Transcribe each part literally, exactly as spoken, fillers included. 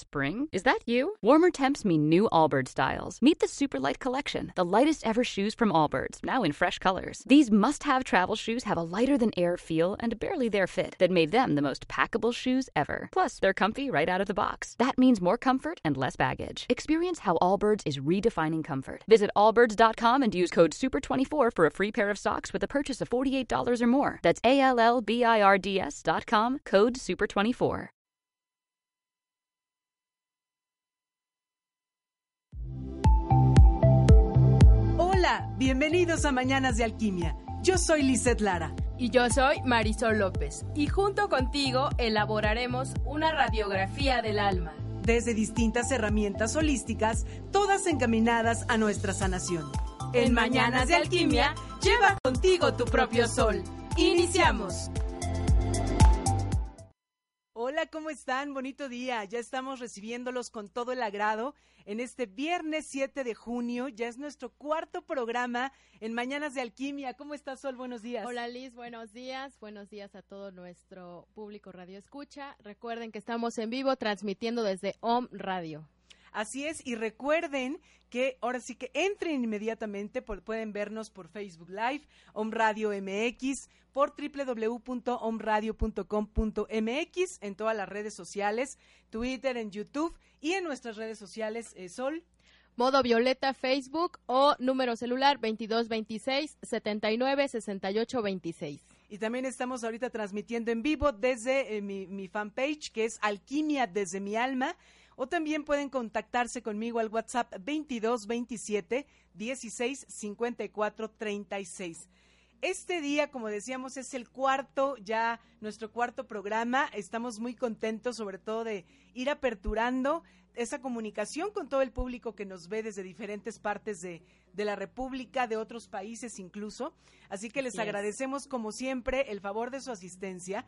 spring? Is that you? Warmer temps mean new Allbirds styles. Meet the Superlight Collection, the lightest ever shoes from Allbirds, now in fresh colors. These must-have travel shoes have a lighter-than-air feel and barely there fit that made them the most packable shoes ever. Plus, they're comfy right out of the box. That means more comfort and less baggage. Experience how Allbirds is redefining comfort. Visit allbirds dot com and use code super twenty-four for a free pair of socks with a purchase of forty-eight dollars or more. That's A L L B I R D S dot com, code super twenty-four. Hola, bienvenidos a Mañanas de Alquimia. Yo soy Lizeth Lara. Y yo soy Marisol López. Y junto contigo elaboraremos una radiografía del alma. Desde distintas herramientas holísticas, todas encaminadas a nuestra sanación. En Mañanas de Alquimia, lleva contigo tu propio sol. ¡Iniciamos! Hola, ¿cómo están? Bonito día. Ya estamos recibiéndolos con todo el agrado en este viernes siete de junio. Ya es nuestro cuarto programa en Mañanas de Alquimia. ¿Cómo estás, Sol? Buenos días. Hola, Liz. Buenos días. Buenos días a todo nuestro público Radio Escucha. Recuerden que estamos en vivo transmitiendo desde Om Radio. Así es, y recuerden que ahora sí que entren inmediatamente, por, pueden vernos por Facebook Live, Om Radio M X, por doble u doble u doble u punto om radio punto com punto m x, en todas las redes sociales, Twitter, en YouTube y en nuestras redes sociales, eh, Sol. Modo Violeta, Facebook o número celular veintidós veintiséis setenta y nueve sesenta y ocho veintiséis. Y también estamos ahorita transmitiendo en vivo desde eh, mi, mi fanpage, que es Alquimia desde mi alma. O también pueden contactarse conmigo al WhatsApp veintidós veintisiete dieciséis cincuenta y cuatro treinta y seis. Este día, como decíamos, es el cuarto, ya nuestro cuarto programa. Estamos muy contentos, sobre todo de ir aperturando esa comunicación con todo el público que nos ve desde diferentes partes de, de la República, de otros países incluso. Así que les Así agradecemos, como siempre, el favor de su asistencia.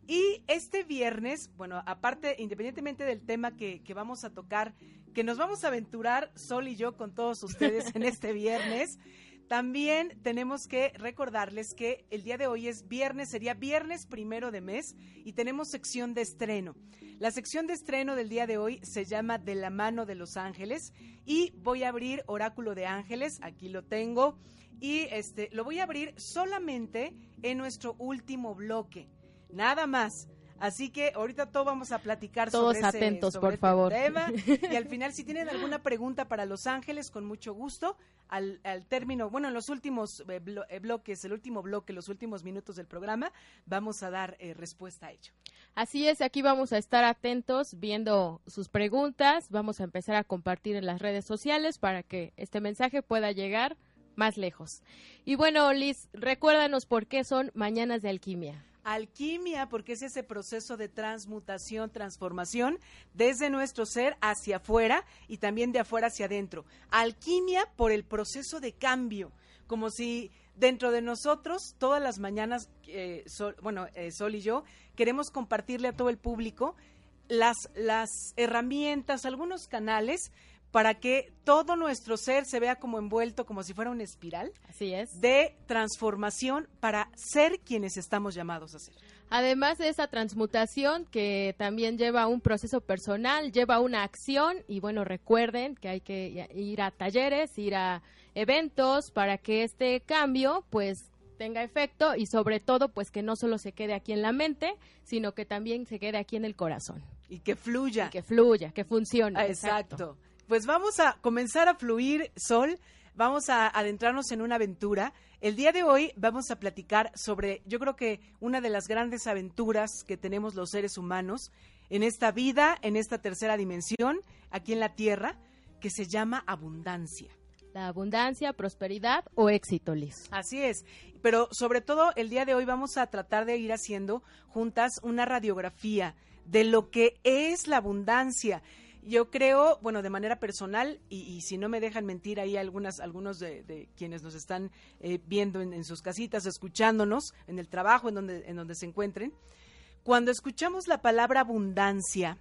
Y este viernes, bueno, aparte, independientemente del tema que, que vamos a tocar, que nos vamos a aventurar Sol y yo con todos ustedes en este viernes, también tenemos que recordarles que el día de hoy es viernes, sería viernes primero de mes, y tenemos sección de estreno. La sección de estreno del día de hoy se llama De la mano de los ángeles, y voy a abrir Oráculo de Ángeles, aquí lo tengo, y este lo voy a abrir solamente en nuestro último bloque. Nada más. Así que ahorita todos vamos a platicar Todos sobre ese, atentos, sobre por este favor. tema. Y al final, si tienen alguna pregunta para Los Ángeles, con mucho gusto, al, al término, bueno, en los últimos eh, blo- eh, bloques, el último bloque, los últimos minutos del programa, vamos a dar eh, respuesta a ello. Así es, aquí vamos a estar atentos viendo sus preguntas. Vamos a empezar a compartir en las redes sociales para que este mensaje pueda llegar más lejos. Y bueno, Liz, recuérdanos por qué son Mañanas de Alquimia. Alquimia, porque es ese proceso de transmutación, transformación desde nuestro ser hacia afuera y también de afuera hacia adentro. Alquimia por el proceso de cambio, como si dentro de nosotros todas las mañanas, eh, Sol, bueno, eh, Sol y yo queremos compartirle a todo el público las, las herramientas, algunos canales para que todo nuestro ser se vea como envuelto, como si fuera una espiral. Así es. De transformación para ser quienes estamos llamados a ser. Además de esa transmutación que también lleva un proceso personal, lleva una acción y bueno, recuerden que hay que ir a talleres, ir a eventos para que este cambio pues tenga efecto y sobre todo pues que no solo se quede aquí en la mente, sino que también se quede aquí en el corazón. Y que fluya. Y que fluya, que funcione. Ah, exacto. exacto. Pues vamos a comenzar a fluir, Sol, vamos a adentrarnos en una aventura. El día de hoy vamos a platicar sobre, yo creo que una de las grandes aventuras que tenemos los seres humanos en esta vida, en esta tercera dimensión, aquí en la Tierra, que se llama abundancia. La abundancia, prosperidad o éxito, Liz. Así es, pero sobre todo el día de hoy vamos a tratar de ir haciendo juntas una radiografía de lo que es la abundancia. Yo creo, bueno, de manera personal, y, y si no me dejan mentir ahí algunas, algunos de, de quienes nos están eh, viendo en, en sus casitas, escuchándonos, en el trabajo, en donde, en donde se encuentren, cuando escuchamos la palabra abundancia,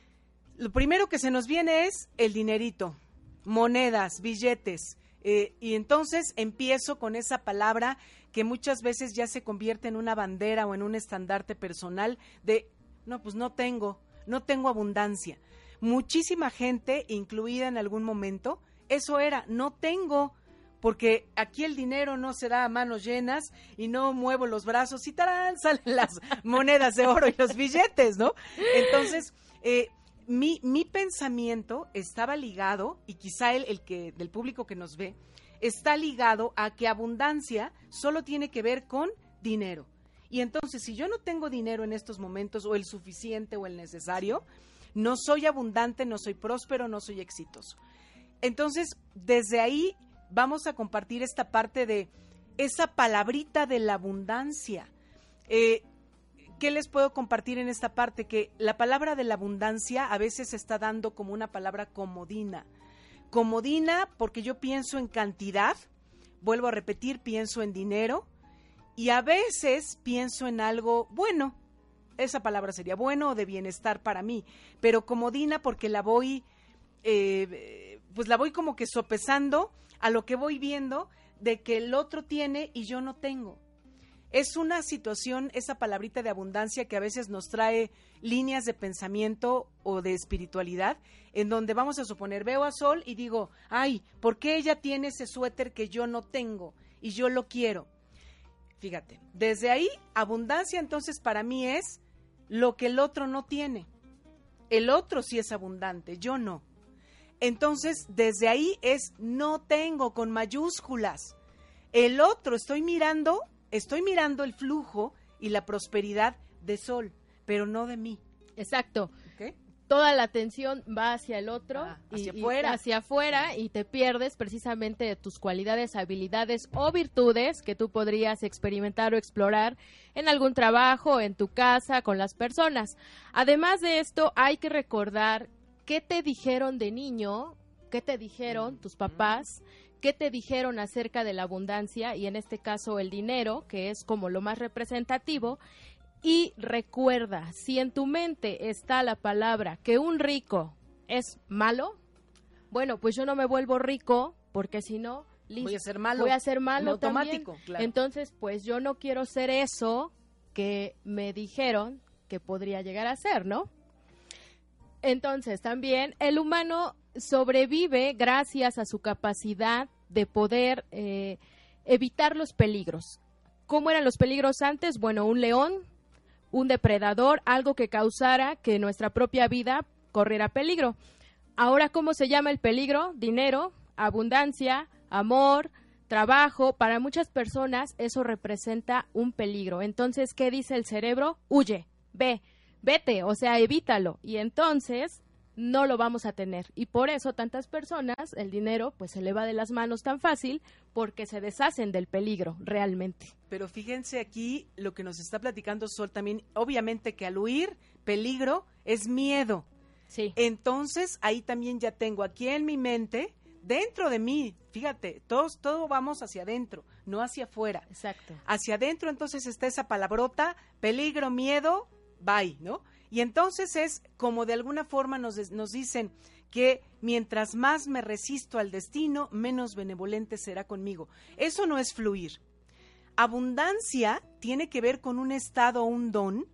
lo primero que se nos viene es el dinerito, monedas, billetes, eh, y entonces empiezo con esa palabra que muchas veces ya se convierte en una bandera o en un estandarte personal de, no, pues no tengo, no tengo abundancia. muchísima gente, incluida en algún momento, eso era, no tengo, porque aquí el dinero no se da a manos llenas y no muevo los brazos y ¡tarán! Salen las monedas de oro y los billetes, ¿no? Entonces, eh, mi, mi pensamiento estaba ligado, y quizá el, el que del público que nos ve, está ligado a que abundancia solo tiene que ver con dinero. Y entonces, si yo no tengo dinero en estos momentos, o el suficiente o el necesario, no soy abundante, no soy próspero, no soy exitoso. Entonces, desde ahí vamos a compartir esta parte de esa palabrita de la abundancia. Eh, ¿Qué les puedo compartir en esta parte? Que la palabra de la abundancia a veces se está dando como una palabra comodina. Comodina porque yo pienso en cantidad, vuelvo a repetir, pienso en dinero, y a veces pienso en algo bueno. Esa palabra sería bueno o de bienestar para mí, pero comodina porque la voy, eh, pues la voy como que sopesando a lo que voy viendo de que el otro tiene y yo no tengo. Es una situación, esa palabrita de abundancia, que a veces nos trae líneas de pensamiento o de espiritualidad, en donde vamos a suponer, veo a Sol y digo, ay, ¿por qué ella tiene ese suéter que yo no tengo y yo lo quiero? Fíjate, desde ahí, abundancia entonces para mí es lo que el otro no tiene. El otro sí es abundante, yo no. Entonces, desde ahí es no tengo con mayúsculas. El otro, estoy mirando, estoy mirando el flujo y la prosperidad de Sol, pero no de mí. Exacto. ¿Okay? Toda la atención va hacia el otro, ah, hacia y, afuera. Y hacia afuera, y te pierdes precisamente de tus cualidades, habilidades o virtudes que tú podrías experimentar o explorar en algún trabajo, en tu casa, con las personas. Además de esto, hay que recordar qué te dijeron de niño, qué te dijeron tus papás, qué te dijeron acerca de la abundancia, y en este caso el dinero, que es como lo más representativo. Y recuerda, si en tu mente está la palabra que un rico es malo, bueno, pues yo no me vuelvo rico, porque si no, listo, voy a ser malo. Voy a ser malo automático, también. Claro. Entonces, pues yo no quiero ser eso que me dijeron que podría llegar a ser, ¿no? Entonces, también el humano sobrevive gracias a su capacidad de poder eh, evitar los peligros. ¿Cómo eran los peligros antes? Bueno, un león, un depredador, algo que causara que nuestra propia vida corriera peligro. Ahora, ¿cómo se llama el peligro? Dinero, abundancia, amor, trabajo. Para muchas personas eso representa un peligro. Entonces, ¿qué dice el cerebro? Huye, ve, vete, o sea, evítalo. Y entonces no lo vamos a tener. Y por eso tantas personas, el dinero pues se le va de las manos tan fácil, porque se deshacen del peligro realmente. Pero fíjense aquí lo que nos está platicando Sol también, obviamente que al huir, peligro es miedo. Sí. Entonces ahí también ya tengo aquí en mi mente, dentro de mí, fíjate, todos, todo vamos hacia adentro, no hacia afuera. Exacto. Hacia adentro entonces está esa palabrota, peligro, miedo, bye, ¿no? Y entonces es como de alguna forma nos, nos dicen que mientras más me resisto al destino, menos benevolente será conmigo. Eso no es fluir. Abundancia tiene que ver con un estado, un don,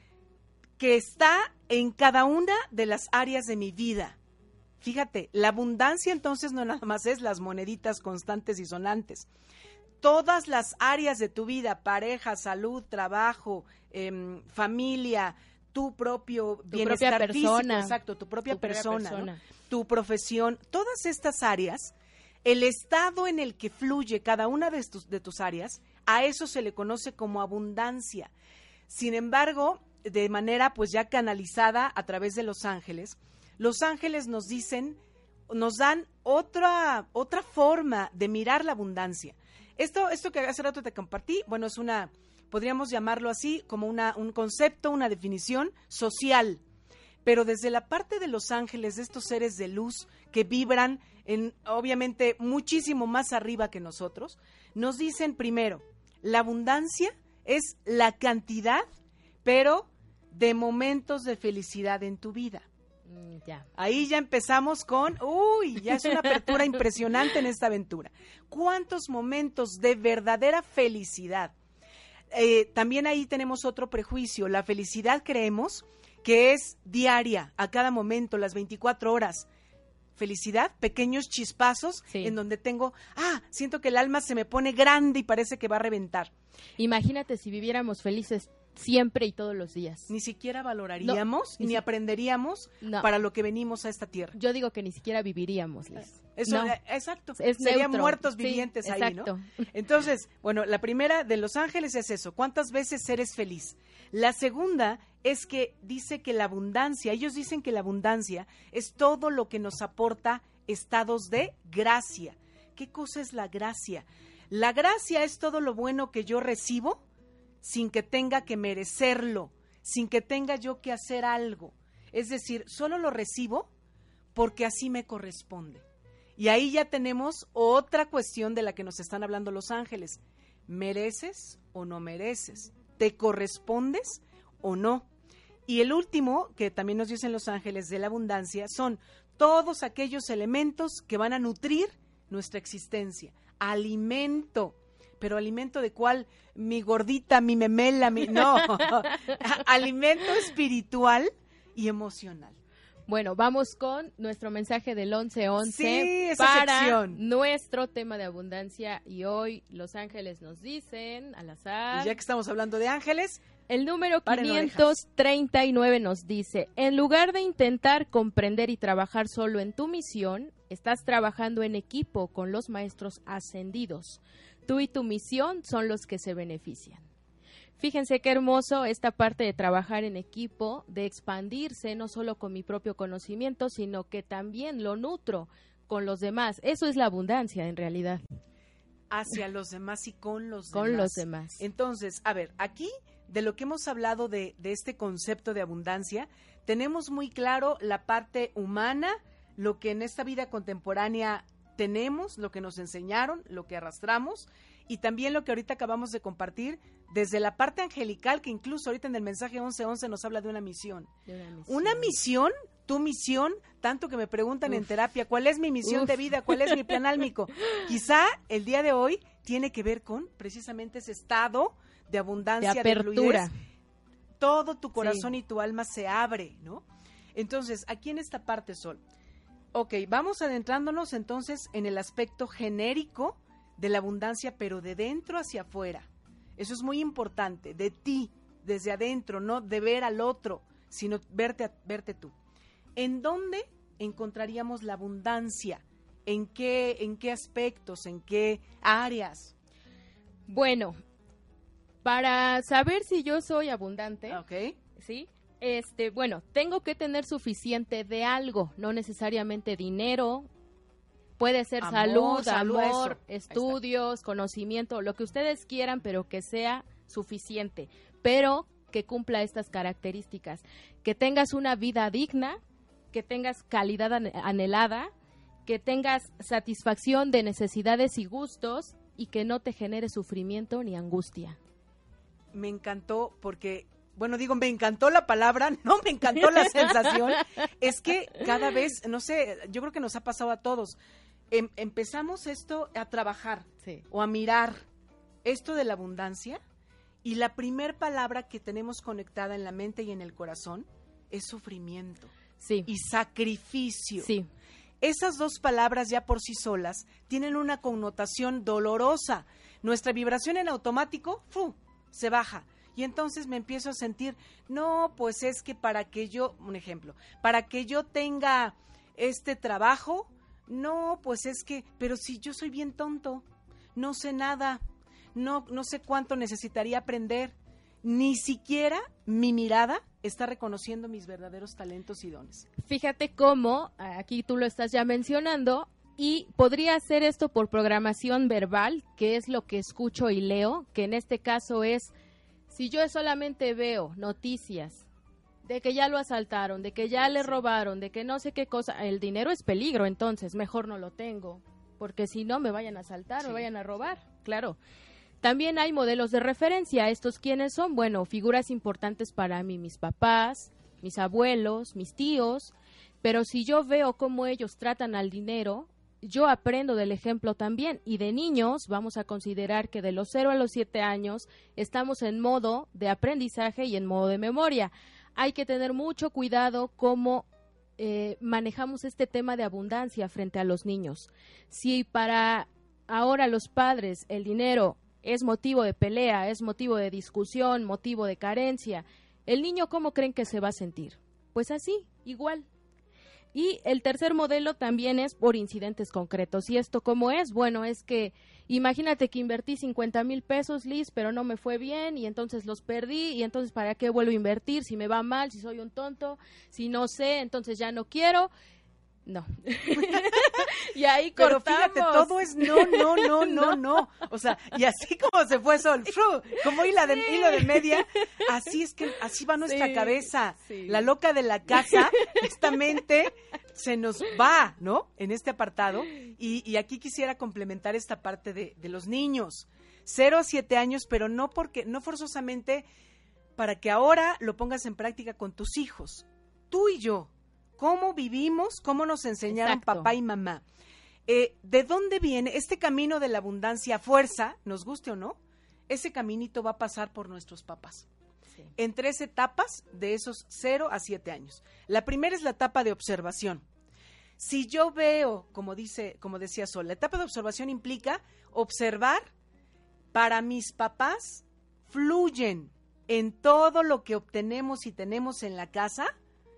que está en cada una de las áreas de mi vida. Fíjate, la abundancia entonces no nada más es las moneditas constantes y sonantes. Todas las áreas de tu vida, pareja, salud, trabajo, eh, familia, tu propio tu bienestar propia físico, persona, exacto, tu propia tu persona, persona. ¿no? Tu profesión, todas estas áreas, el estado en el que fluye cada una de tus, de tus áreas, a eso se le conoce como abundancia. Sin embargo, de manera pues ya canalizada a través de los ángeles, los ángeles nos dicen, nos dan otra, otra forma de mirar la abundancia. Esto, esto que hace rato te compartí, bueno, es una, podríamos llamarlo así, como una, un concepto, una definición social. Pero desde la parte de los ángeles, de estos seres de luz que vibran en, obviamente, muchísimo más arriba que nosotros, nos dicen primero, la abundancia es la cantidad, pero de momentos de felicidad en tu vida. Mm, ya. Ahí ya empezamos con, uy, ya es una apertura impresionante en esta aventura. ¿Cuántos momentos de verdadera felicidad? Eh, también ahí tenemos otro prejuicio. La felicidad creemos que es diaria, a cada momento, las veinticuatro horas. Felicidad, pequeños chispazos sí. en donde tengo, ah, siento que el alma se me pone grande y parece que va a reventar. Imagínate si viviéramos felices siempre y todos los días. Ni siquiera valoraríamos, no, ni, ni si... aprenderíamos no. para lo que venimos a esta tierra. Yo digo que ni siquiera viviríamos, Liz. Eso, no. eh, exacto. Es Serían neutro. muertos vivientes sí, ahí, exacto. ¿no? Entonces, bueno, la primera de Los Ángeles es eso. ¿Cuántas veces eres feliz? La segunda es que dice que la abundancia, ellos dicen que la abundancia es todo lo que nos aporta estados de gracia. ¿Qué cosa es la gracia? La gracia es todo lo bueno que yo recibo sin que tenga que merecerlo, sin que tenga yo que hacer algo. Es decir, solo lo recibo porque así me corresponde. Y ahí ya tenemos otra cuestión de la que nos están hablando los ángeles. ¿Mereces o no mereces? ¿Te correspondes o no? Y el último, que también nos dicen los ángeles de la abundancia, son todos aquellos elementos que van a nutrir nuestra existencia. Alimento. ¿Pero alimento de cuál? Mi gordita, mi memela, mi... No. Alimento espiritual y emocional. Bueno, vamos con nuestro mensaje del once once sí, esa para sección. Nuestro tema de abundancia. Y hoy los ángeles nos dicen, al azar... Y ya que estamos hablando de ángeles... El número quinientos treinta y nueve nos dice, en lugar de intentar comprender y trabajar solo en tu misión, estás trabajando en equipo con los maestros ascendidos. Tú y tu misión son los que se benefician. Fíjense qué hermoso esta parte de trabajar en equipo, de expandirse no solo con mi propio conocimiento, sino que también lo nutro con los demás. Eso es la abundancia en realidad. Hacia los demás y con los con demás. Con los demás. Entonces, a ver, aquí de lo que hemos hablado de, de este concepto de abundancia, tenemos muy claro la parte humana, lo que en esta vida contemporánea tenemos, lo que nos enseñaron, lo que arrastramos, y también lo que ahorita acabamos de compartir desde la parte angelical, que incluso ahorita en el mensaje once once nos habla de una misión. De una misión. Una misión, tu misión, tanto que me preguntan Uf. en terapia, ¿cuál es mi misión Uf. de vida? ¿Cuál es mi plan álmico? Quizá el día de hoy tiene que ver con precisamente ese estado de abundancia, de apertura. De fluidez. Todo tu corazón sí. y tu alma se abre, ¿no? Entonces, aquí en esta parte, Sol, ok, vamos adentrándonos entonces en el aspecto genérico de la abundancia, pero de dentro hacia afuera. Eso es muy importante, de ti, desde adentro, no de ver al otro, sino verte, a, verte tú. ¿En dónde encontraríamos la abundancia? ¿En qué, en qué aspectos? ¿En qué áreas? Bueno, para saber si yo soy abundante, okay. ¿sí? Este, bueno, tengo que tener suficiente de algo, no necesariamente dinero, puede ser amor, salud, salud, amor, estudios, conocimiento, lo que ustedes quieran, pero que sea suficiente, pero que cumpla estas características, que tengas una vida digna, que tengas calidad anhelada, que tengas satisfacción de necesidades y gustos y que no te genere sufrimiento ni angustia. Me encantó porque, bueno, digo, me encantó la palabra, no me encantó la sensación. Es que cada vez, no sé, yo creo que nos ha pasado a todos. Em, empezamos esto a trabajar sí. o a mirar esto de la abundancia y la primer palabra que tenemos conectada en la mente y en el corazón es sufrimiento sí. y sacrificio. Sí. Esas dos palabras ya por sí solas tienen una connotación dolorosa. Nuestra vibración en automático, ¡fu!, se baja. Y entonces me empiezo a sentir, no, pues es que para que yo, un ejemplo, para que yo tenga este trabajo, no, pues es que, pero si yo soy bien tonto, no sé nada, no, no sé cuánto necesitaría aprender, ni siquiera mi mirada está reconociendo mis verdaderos talentos y dones. Fíjate cómo, aquí tú lo estás ya mencionando, y podría hacer esto por programación verbal, que es lo que escucho y leo, que en este caso es, si yo solamente veo noticias de que ya lo asaltaron, de que ya le sí. robaron, de que no sé qué cosa, el dinero es peligro, entonces mejor no lo tengo, porque si no me vayan a asaltar, sí. me vayan a robar, claro. También hay modelos de referencia. ¿Estos quiénes son? Bueno, figuras importantes para mí, mis papás, mis abuelos, mis tíos, pero si yo veo cómo ellos tratan al dinero, yo aprendo del ejemplo también. Y de niños, vamos a considerar que de los cero a los siete años estamos en modo de aprendizaje y en modo de memoria. hay que tener mucho cuidado cómo eh, manejamos este tema de abundancia frente a los niños. Si para ahora los padres el dinero es motivo de pelea, es motivo de discusión, motivo de carencia, ¿el niño cómo creen que se va a sentir? Pues así, igual. Y el tercer modelo también es por incidentes concretos. ¿Y esto cómo es? Bueno, es que imagínate que invertí cincuenta mil pesos, Liz, pero no me fue bien y entonces los perdí y entonces ¿para qué vuelvo a invertir? Si me va mal, si soy un tonto, si no sé, entonces ya no quiero. No. Y ahí cortamos. Pero fíjate, todo es no, no, no, no, no. O sea, y así como se fue Sol, como hilo de, sí. hilo de media, así es que, así va nuestra sí, cabeza. Sí. La loca de la casa, esta mente se nos va, ¿no? En este apartado. Y, y aquí quisiera complementar esta parte de, de los niños. Cero a siete años, pero no porque, no forzosamente para que ahora lo pongas en práctica con tus hijos. Tú y yo. ¿Cómo vivimos? ¿Cómo nos enseñaron Exacto. papá y mamá? Eh, ¿De dónde viene este camino de la abundancia a fuerza, nos guste o no? Ese caminito va a pasar por nuestros papás. Sí. En tres etapas de esos cero a siete años. La primera es la etapa de observación. Si yo veo, como dice, como decía Sol, la etapa de observación implica observar para mis papás fluyen en todo lo que obtenemos y tenemos en la casa,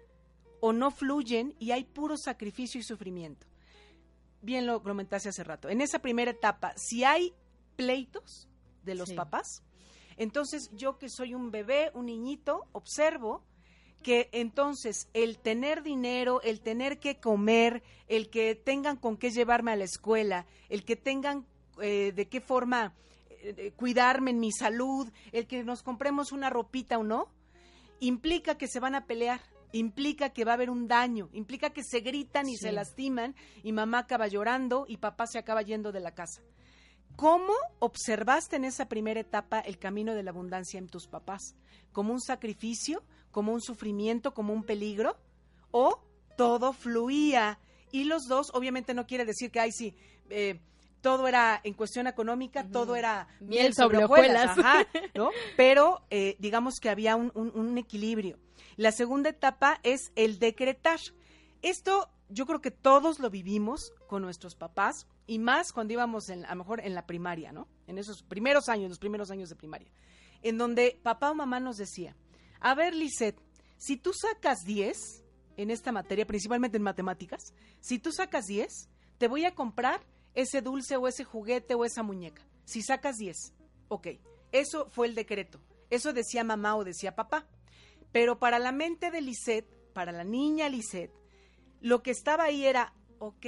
o no fluyen y hay puro sacrificio y sufrimiento. Bien lo comentaste hace rato. En esa primera etapa, si hay pleitos de los sí. papás, entonces yo que soy un bebé, un niñito, observo que entonces el tener dinero, el tener que comer, el que tengan con qué llevarme a la escuela, el que tengan eh, de qué forma eh, cuidarme en mi salud, el que nos compremos una ropita o no, implica que se van a pelear. Implica que va a haber un daño, implica que se gritan y sí. se lastiman y mamá acaba llorando y papá se acaba yendo de la casa. ¿Cómo observaste en esa primera etapa el camino de la abundancia en tus papás? ¿Como un sacrificio, como un sufrimiento, como un peligro? ¿O todo fluía? Y los dos, obviamente no quiere decir que, ay, sí, eh, todo era en cuestión económica, uh-huh. todo era miel, miel sobre hojuelas, ajá, ¿no? Pero eh, digamos que había un, un, un equilibrio. La segunda etapa es el decretar. Esto yo creo que todos lo vivimos con nuestros papás y más cuando íbamos en, a lo mejor en la primaria, ¿no? En esos primeros años, los primeros años de primaria, en donde papá o mamá nos decía, a ver, Lisette, si tú sacas diez en esta materia, principalmente en matemáticas, si tú sacas diez, te voy a comprar ese dulce o ese juguete o esa muñeca. Si sacas diez, ok, eso fue el decreto. Eso decía mamá o decía papá. Pero para la mente de Lisette, para la niña Lisette, lo que estaba ahí era, ok,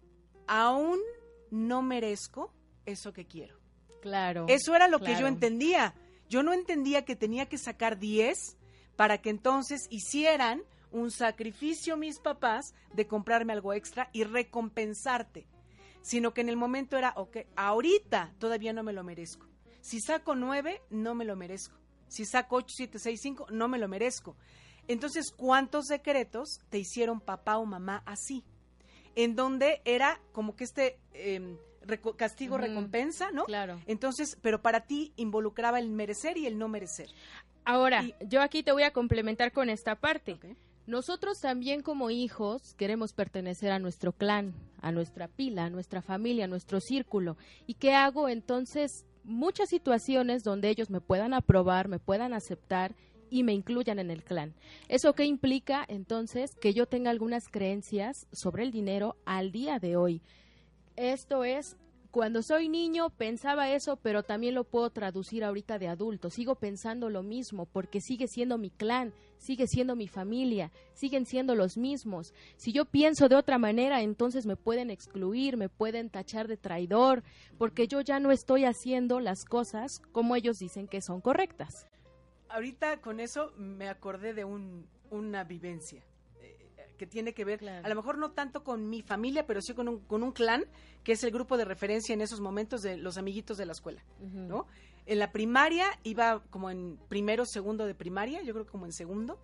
aún no merezco eso que quiero. Claro. Eso era lo claro. que yo entendía. Yo no entendía que tenía que sacar diez para que entonces hicieran un sacrificio mis papás de comprarme algo extra y recompensarte. Sino que en el momento era, ok, ahorita todavía no me lo merezco. Si saco nueve, no me lo merezco. Si saco ocho, siete, seis, cinco, no me lo merezco. Entonces, ¿cuántos decretos te hicieron papá o mamá así? En donde era como que este eh, reco- castigo, uh-huh. recompensa, ¿no? Claro. Entonces, pero para ti involucraba el merecer y el no merecer. Ahora, y, yo aquí te voy a complementar con esta parte. Okay. Nosotros también como hijos queremos pertenecer a nuestro clan, a nuestra pila, a nuestra familia, a nuestro círculo. ¿Y qué hago entonces? Muchas situaciones donde ellos me puedan aprobar, me puedan aceptar y me incluyan en el clan. ¿Eso qué implica? Entonces, que yo tenga algunas creencias sobre el dinero al día de hoy. Esto es, cuando soy niño pensaba eso, pero también lo puedo traducir ahorita de adulto. Sigo pensando lo mismo porque sigue siendo mi clan, sigue siendo mi familia, siguen siendo los mismos. Si yo pienso de otra manera, entonces me pueden excluir, me pueden tachar de traidor, porque yo ya no estoy haciendo las cosas como ellos dicen que son correctas. Ahorita con eso me acordé de un, una vivencia que tiene que ver, claro. a lo mejor no tanto con mi familia, pero sí con un, con un clan, que es el grupo de referencia en esos momentos de los amiguitos de la escuela, uh-huh. ¿no? En la primaria, iba como en primero, segundo de primaria, yo creo que como en segundo,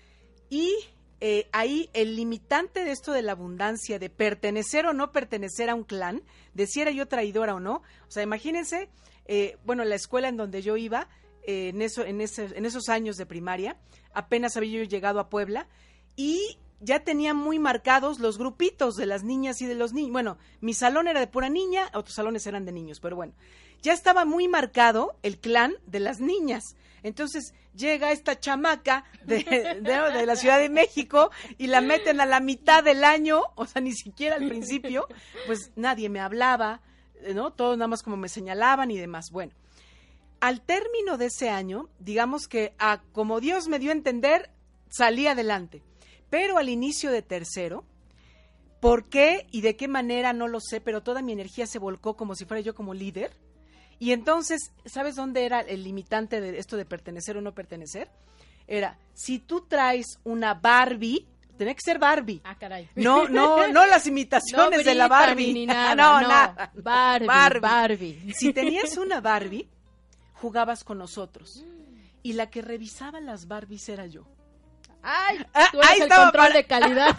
y eh, ahí el limitante de esto de la abundancia, de pertenecer o no pertenecer a un clan, de si era yo traidora o no, o sea, imagínense, eh, bueno, la escuela en donde yo iba, eh, en, eso, en, ese, en esos años de primaria. Apenas había yo llegado a Puebla y ya tenía muy marcados los grupitos de las niñas y de los niños. Bueno, mi salón era de pura niña, otros salones eran de niños, pero bueno, ya estaba muy marcado el clan de las niñas. Entonces llega esta chamaca de, de, de la Ciudad de México y la meten a la mitad del año, o sea, ni siquiera al principio, pues nadie me hablaba, ¿no? Todos nada más como me señalaban y demás. Bueno, al término de ese año, digamos que a como Dios me dio a entender, salí adelante. Pero al inicio de tercero, ¿por qué y de qué manera? No lo sé, pero toda mi energía se volcó como si fuera yo como líder. Y entonces, ¿sabes dónde era el limitante de esto de pertenecer o no pertenecer? Era, si tú traes una Barbie, tenía que ser Barbie. Ah, caray. No, no, no las imitaciones no de la Barbie. Ni nada, no, no, nada. Barbie, Barbie. Barbie. Si tenías una Barbie, jugabas con nosotros. Y la que revisaba las Barbies era yo. Ay, Ah, tú eres ahí el estaba control para- de calidad.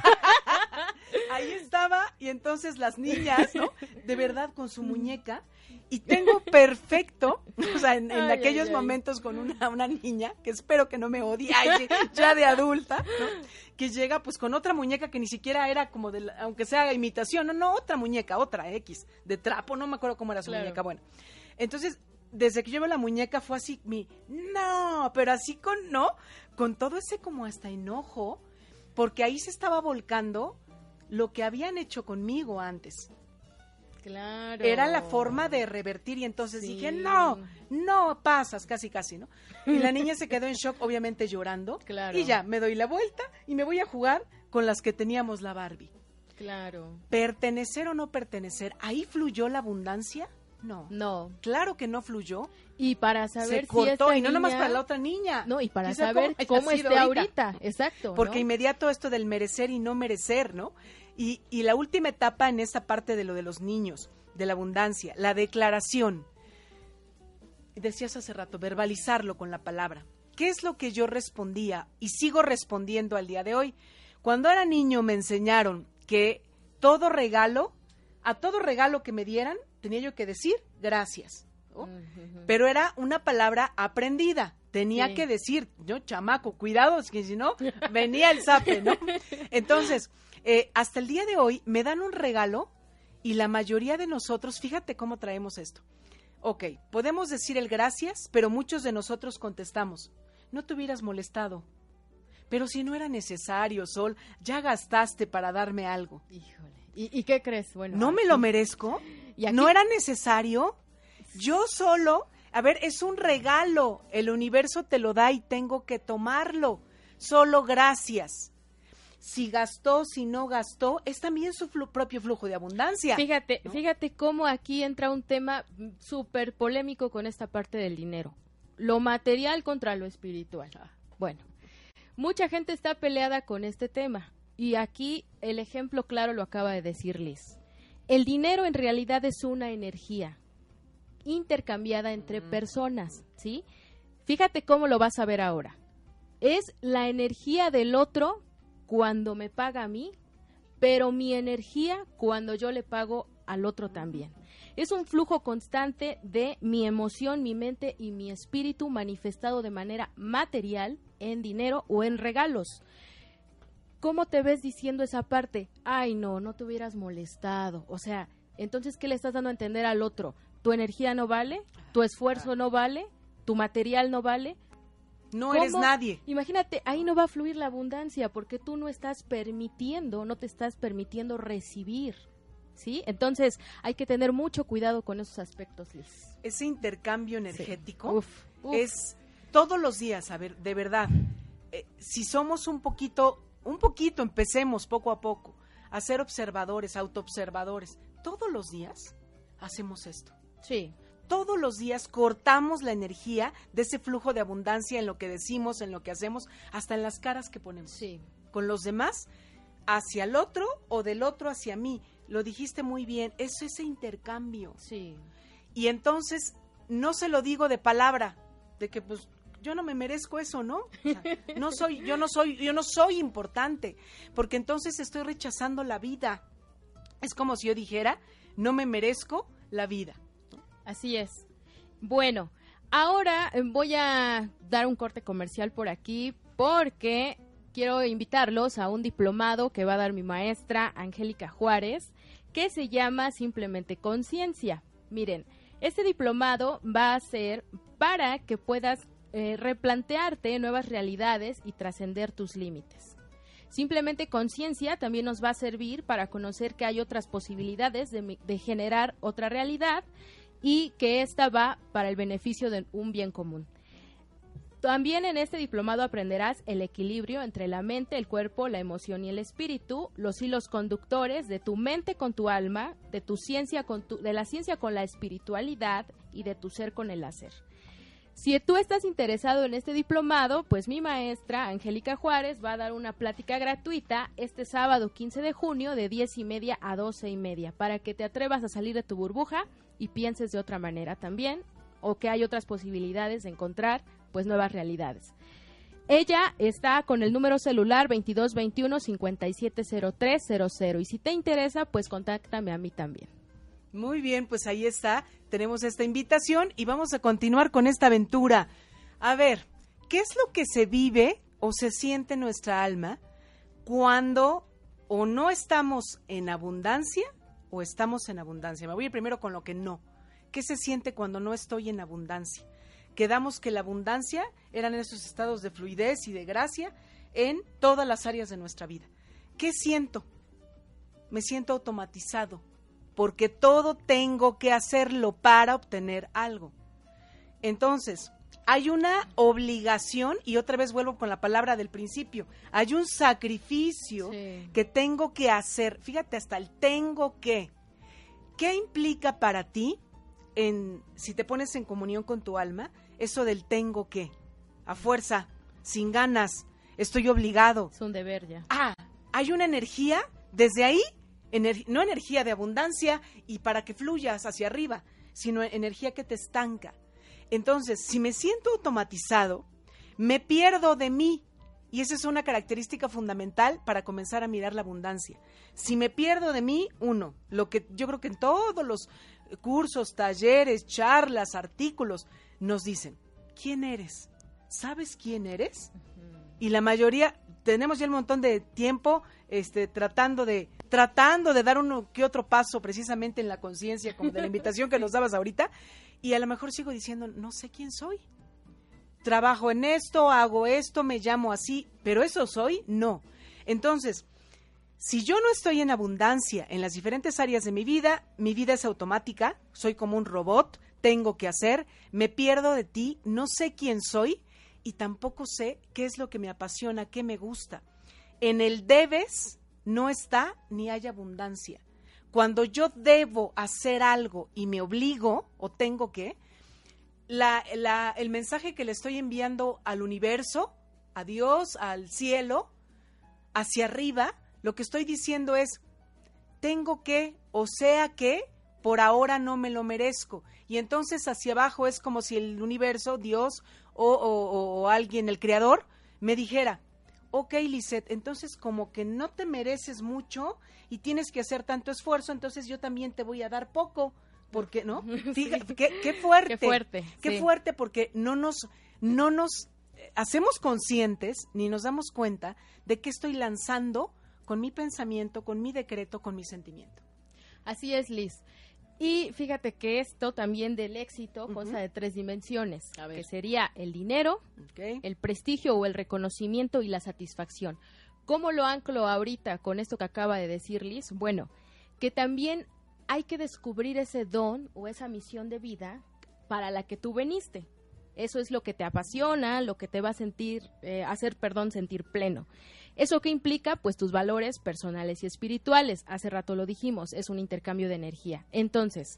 Ahí estaba, y entonces las niñas, ¿no? De verdad, con su muñeca, y tengo perfecto, o sea, en, en Ay, aquellos ay, ay. momentos con una, una niña, que espero que no me odie, ay, sí, ya de adulta, ¿no? Que llega pues con otra muñeca que ni siquiera era como de, la- aunque sea imitación, no, no, otra muñeca, otra X, de trapo, no me acuerdo cómo era su Claro. muñeca, bueno. Entonces, desde que yo veo la muñeca fue así, mi, no, pero así con, ¿no? Con todo ese como hasta enojo, porque ahí se estaba volcando lo que habían hecho conmigo antes. Claro. Era la forma de revertir y entonces Sí. dije, no, no pasas, casi casi, ¿no? Y la niña se quedó en shock, obviamente llorando. Claro. Y ya, me doy la vuelta y me voy a jugar con las que teníamos la Barbie. Claro. ¿Pertenecer o no pertenecer? ¿Ahí fluyó la abundancia? No. No. Claro que no fluyó. Y para saber Se cortó, si esta y no niña... nomás para la otra niña. No, y para Quizá saber haya cómo sido esté ahorita. Exacto. Porque ¿no? inmediato esto del merecer y no merecer, ¿no? Y, y la última etapa en esta parte de lo de los niños, de la abundancia, la declaración. Decías hace rato, verbalizarlo con la palabra. ¿Qué es lo que yo respondía y sigo respondiendo al día de hoy? Cuando era niño me enseñaron que todo regalo, a todo regalo que me dieran, tenía yo que decir gracias, ¿no? Ujú. Pero era una palabra aprendida. Tenía Sí. que decir, yo, chamaco, cuidado, es que si no, venía el zape, ¿no? Entonces, eh, hasta el día de hoy me dan un regalo y la mayoría de nosotros, fíjate cómo traemos esto. Ok, podemos decir el gracias, pero muchos de nosotros contestamos, no te hubieras molestado. Pero si no era necesario, Sol, ya gastaste para darme algo. Híjole. ¿Y, y qué crees? Bueno, ¿No me aquí- lo merezco? Y aquí- ¿No era necesario? Yo solo, a ver, es un regalo, el universo te lo da y tengo que tomarlo, solo gracias. Si gastó, si no gastó, es también su flu- propio flujo de abundancia. Fíjate, ¿no? fíjate cómo aquí entra un tema mm, súper polémico con esta parte del dinero. Lo material contra lo espiritual. Bueno, mucha gente está peleada con este tema. Y aquí el ejemplo claro lo acaba de decir Liz. El dinero en realidad es una energía intercambiada entre personas, ¿sí? Fíjate cómo lo vas a ver ahora. Es la energía del otro cuando me paga a mí, pero mi energía cuando yo le pago al otro también. Es un flujo constante de mi emoción, mi mente y mi espíritu manifestado de manera material en dinero o en regalos. ¿Cómo te ves diciendo esa parte? Ay, no, no te hubieras molestado. O sea, entonces, ¿qué le estás dando a entender al otro? ¿Tu energía no vale? ¿Tu esfuerzo no vale? ¿Tu material no vale? No eres ¿Cómo? nadie. Imagínate, ahí no va a fluir la abundancia porque tú no estás permitiendo, no te estás permitiendo recibir, ¿sí? Entonces, hay que tener mucho cuidado con esos aspectos, Liz. Ese intercambio energético Uf, uf. es todos los días, a ver, de verdad, eh, si somos un poquito, un poquito, empecemos poco a poco a ser observadores, autoobservadores, todos los días hacemos esto. Sí, Todos los días cortamos la energía de ese flujo de abundancia en lo que decimos, en lo que hacemos, hasta en las caras que ponemos. sí. Con los demás, hacia el otro o del otro hacia mí. Lo dijiste muy bien, es ese intercambio. Sí, Y entonces, no se lo digo de palabra, de que pues yo no me merezco eso, ¿no? O sea, no soy, yo no soy, yo no soy importante, porque entonces estoy rechazando la vida. Es como si yo dijera, no me merezco la vida. así es. Bueno, Ahora eh, voy a dar un corte comercial por aquí porque quiero invitarlos a un diplomado que va a dar mi maestra Angélica Juárez, que se llama simplemente Conciencia. Miren, este diplomado va a ser para que puedas eh, replantearte nuevas realidades y trascender tus límites. Simplemente Conciencia también nos va a servir para conocer que hay otras posibilidades de, de generar otra realidad y que esta va para el beneficio de un bien común. También en este diplomado aprenderás el equilibrio entre la mente, el cuerpo, la emoción y el espíritu, los hilos conductores de tu mente con tu alma, de tu ciencia con tu, de la ciencia con la espiritualidad y de tu ser con el hacer. Si tú estás interesado en este diplomado, pues mi maestra Angélica Juárez va a dar una plática gratuita este sábado quince de junio de diez y media a doce y media para que te atrevas a salir de tu burbuja y pienses de otra manera también, o que hay otras posibilidades de encontrar pues nuevas realidades. Ella está con el número celular veintidós veintiuno cincuenta y siete cero tres cero cero y si te interesa, pues contáctame a mí también. Muy bien, pues ahí está, tenemos esta invitación y vamos a continuar con esta aventura. A ver, ¿qué es lo que se vive o se siente en nuestra alma cuando o no estamos en abundancia o estamos en abundancia? Me voy a ir primero con lo que no. ¿Qué se siente cuando no estoy en abundancia? Quedamos que la abundancia eran esos estados de fluidez y de gracia en todas las áreas de nuestra vida. ¿Qué siento? Me siento automatizado, porque todo tengo que hacerlo para obtener algo. Entonces, hay una obligación, y otra vez vuelvo con la palabra del principio, hay un sacrificio sí. que tengo que hacer. Fíjate, hasta el tengo que. ¿Qué implica para ti, en, si te pones en comunión con tu alma, eso del tengo que? A fuerza, sin ganas, estoy obligado. Es un deber ya. Ah, hay una energía, desde ahí, Ener- no energía de abundancia y para que fluyas hacia arriba, sino energía que te estanca. Entonces, si me siento automatizado, me pierdo de mí, y esa es una característica fundamental para comenzar a mirar la abundancia. Si me pierdo de mí, uno, lo que yo creo que en todos los cursos, talleres, charlas, artículos, nos dicen, ¿quién eres? ¿Sabes quién eres? Uh-huh. Y la mayoría, tenemos ya un montón de tiempo este, tratando de tratando de dar uno que otro paso precisamente en la conciencia, como de la invitación que nos dabas ahorita, y a lo mejor sigo diciendo, no sé quién soy. Trabajo en esto, hago esto, me llamo así, pero ¿eso soy? No. Entonces, si yo no estoy en abundancia en las diferentes áreas de mi vida, mi vida es automática, soy como un robot, tengo que hacer, me pierdo de ti, no sé quién soy y tampoco sé qué es lo que me apasiona, qué me gusta. En el debes no está ni hay abundancia. Cuando yo debo hacer algo y me obligo o tengo que, la, la, el mensaje que le estoy enviando al universo, a Dios, al cielo, hacia arriba, lo que estoy diciendo es, tengo que, o sea que, por ahora no me lo merezco. Y entonces hacia abajo es como si el universo, Dios o, o, o alguien, el creador, me dijera, ok, Lisette, entonces como que no te mereces mucho y tienes que hacer tanto esfuerzo, entonces yo también te voy a dar poco, porque, ¿no? Fíjate, sí. qué, qué fuerte. Qué fuerte. Qué sí. fuerte, porque no nos, no nos hacemos conscientes ni nos damos cuenta de que estoy lanzando con mi pensamiento, con mi decreto, con mi sentimiento. Así es, Liz. Y fíjate que esto también del éxito, uh-huh. cosa de tres dimensiones, que sería el dinero, okay. el prestigio o el reconocimiento y la satisfacción. ¿Cómo lo anclo ahorita con esto que acaba de decir Liz? Bueno, que también hay que descubrir ese don o esa misión de vida para la que tú veniste. Eso es lo que te apasiona, lo que te va a sentir, eh, hacer, perdón, sentir pleno. ¿Eso qué implica? Pues tus valores personales y espirituales. Hace rato lo dijimos, es un intercambio de energía. Entonces,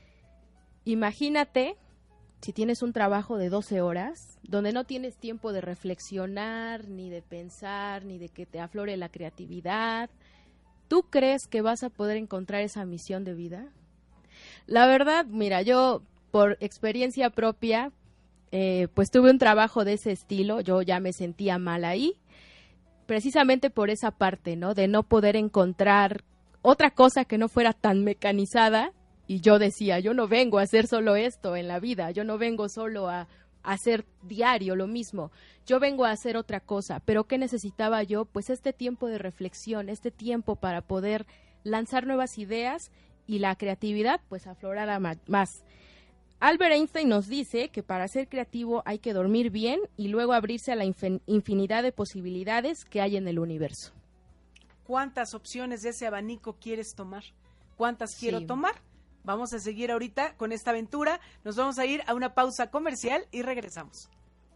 imagínate si tienes un trabajo de doce horas, donde no tienes tiempo de reflexionar, ni de pensar, ni de que te aflore la creatividad. ¿Tú crees que vas a poder encontrar esa misión de vida? La verdad, mira, yo por experiencia propia, eh, pues tuve un trabajo de ese estilo, yo ya me sentía mal ahí, precisamente por esa parte, ¿no? De no poder encontrar otra cosa que no fuera tan mecanizada Y yo decía, yo no vengo a hacer solo esto en la vida, yo no vengo solo a, a hacer diario lo mismo, yo vengo a hacer otra cosa. ¿Pero qué necesitaba yo? Pues este tiempo de reflexión, este tiempo para poder lanzar nuevas ideas y la creatividad pues aflorara más. Albert Einstein nos dice que para ser creativo hay que dormir bien y luego abrirse a la infin- infinidad de posibilidades que hay en el universo. ¿Cuántas opciones de ese abanico quieres tomar? ¿Cuántas quiero Sí. tomar? Vamos a seguir ahorita con esta aventura. Nos vamos a ir a una pausa comercial y regresamos.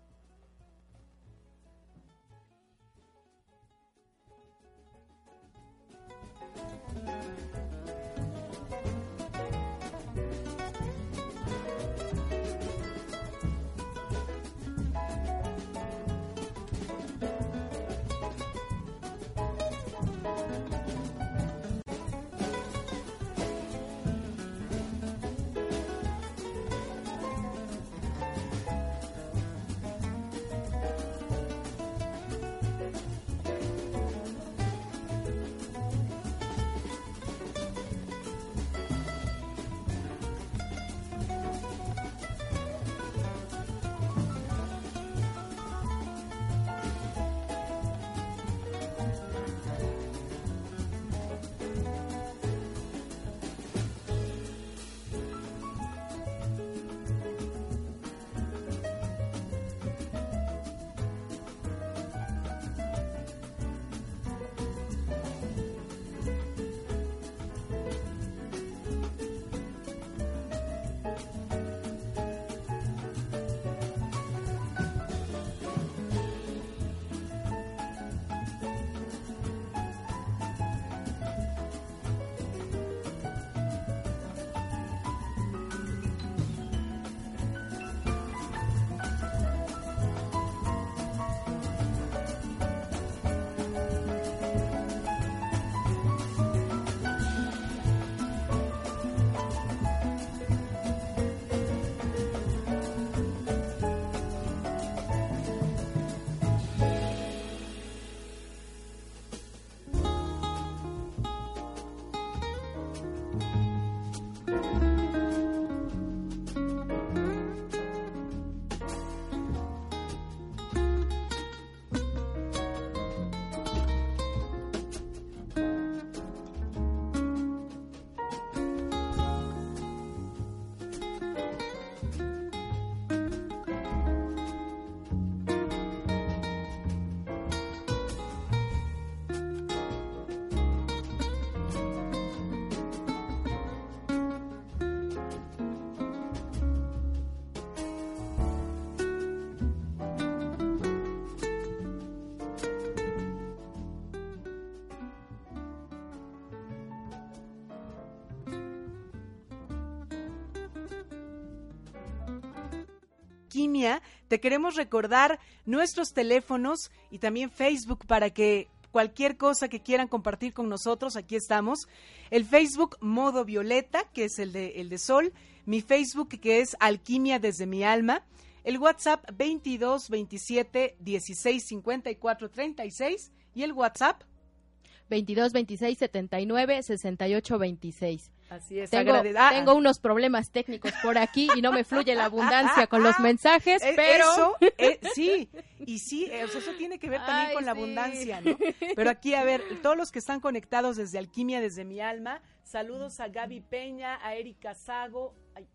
Alquimia, te queremos recordar nuestros teléfonos y también Facebook para que cualquier cosa que quieran compartir con nosotros, aquí estamos. El Facebook Modo Violeta, que es el de, el de Sol, mi Facebook, que es Alquimia desde mi alma, el WhatsApp veintidós veintisiete dieciséis cincuenta y cuatro treinta y seis y el WhatsApp veintidós veintiséis setenta y nueve sesenta y ocho veintiséis. Así es, tengo, agrade- ah, tengo unos problemas técnicos por aquí y no me fluye la abundancia con los mensajes, eh, pero... Eso, eh, sí, y sí, eh, o sea, eso tiene que ver también Ay, con la sí. abundancia, ¿no? Pero aquí, a ver, todos los que están conectados desde Alquimia, desde mi alma, saludos a Gaby Peña, a Erika Sago, ay,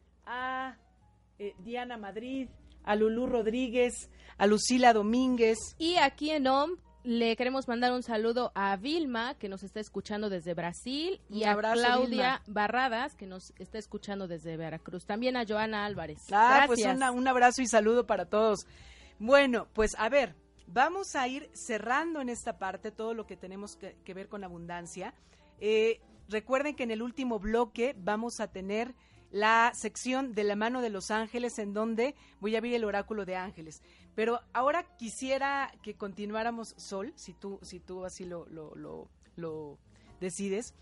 a eh, Diana Madrid, a Lulú Rodríguez, a Lucila Domínguez. Y aquí en O M le queremos mandar un saludo a Vilma, que nos está escuchando desde Brasil, y Un a abrazo, Claudia Vilma. Barradas, que nos está escuchando desde Veracruz. También a Joana Álvarez. Ah, Gracias. pues una- un abrazo y saludo para todos. Bueno, pues a ver, vamos a ir cerrando en esta parte todo lo que tenemos que, que ver con abundancia. Eh, recuerden que en el último bloque vamos a tener la sección de la mano de los ángeles, en donde voy a abrir el oráculo de ángeles. Pero ahora quisiera que continuáramos, Sol, si tú, si tú así lo, lo, lo, lo decides.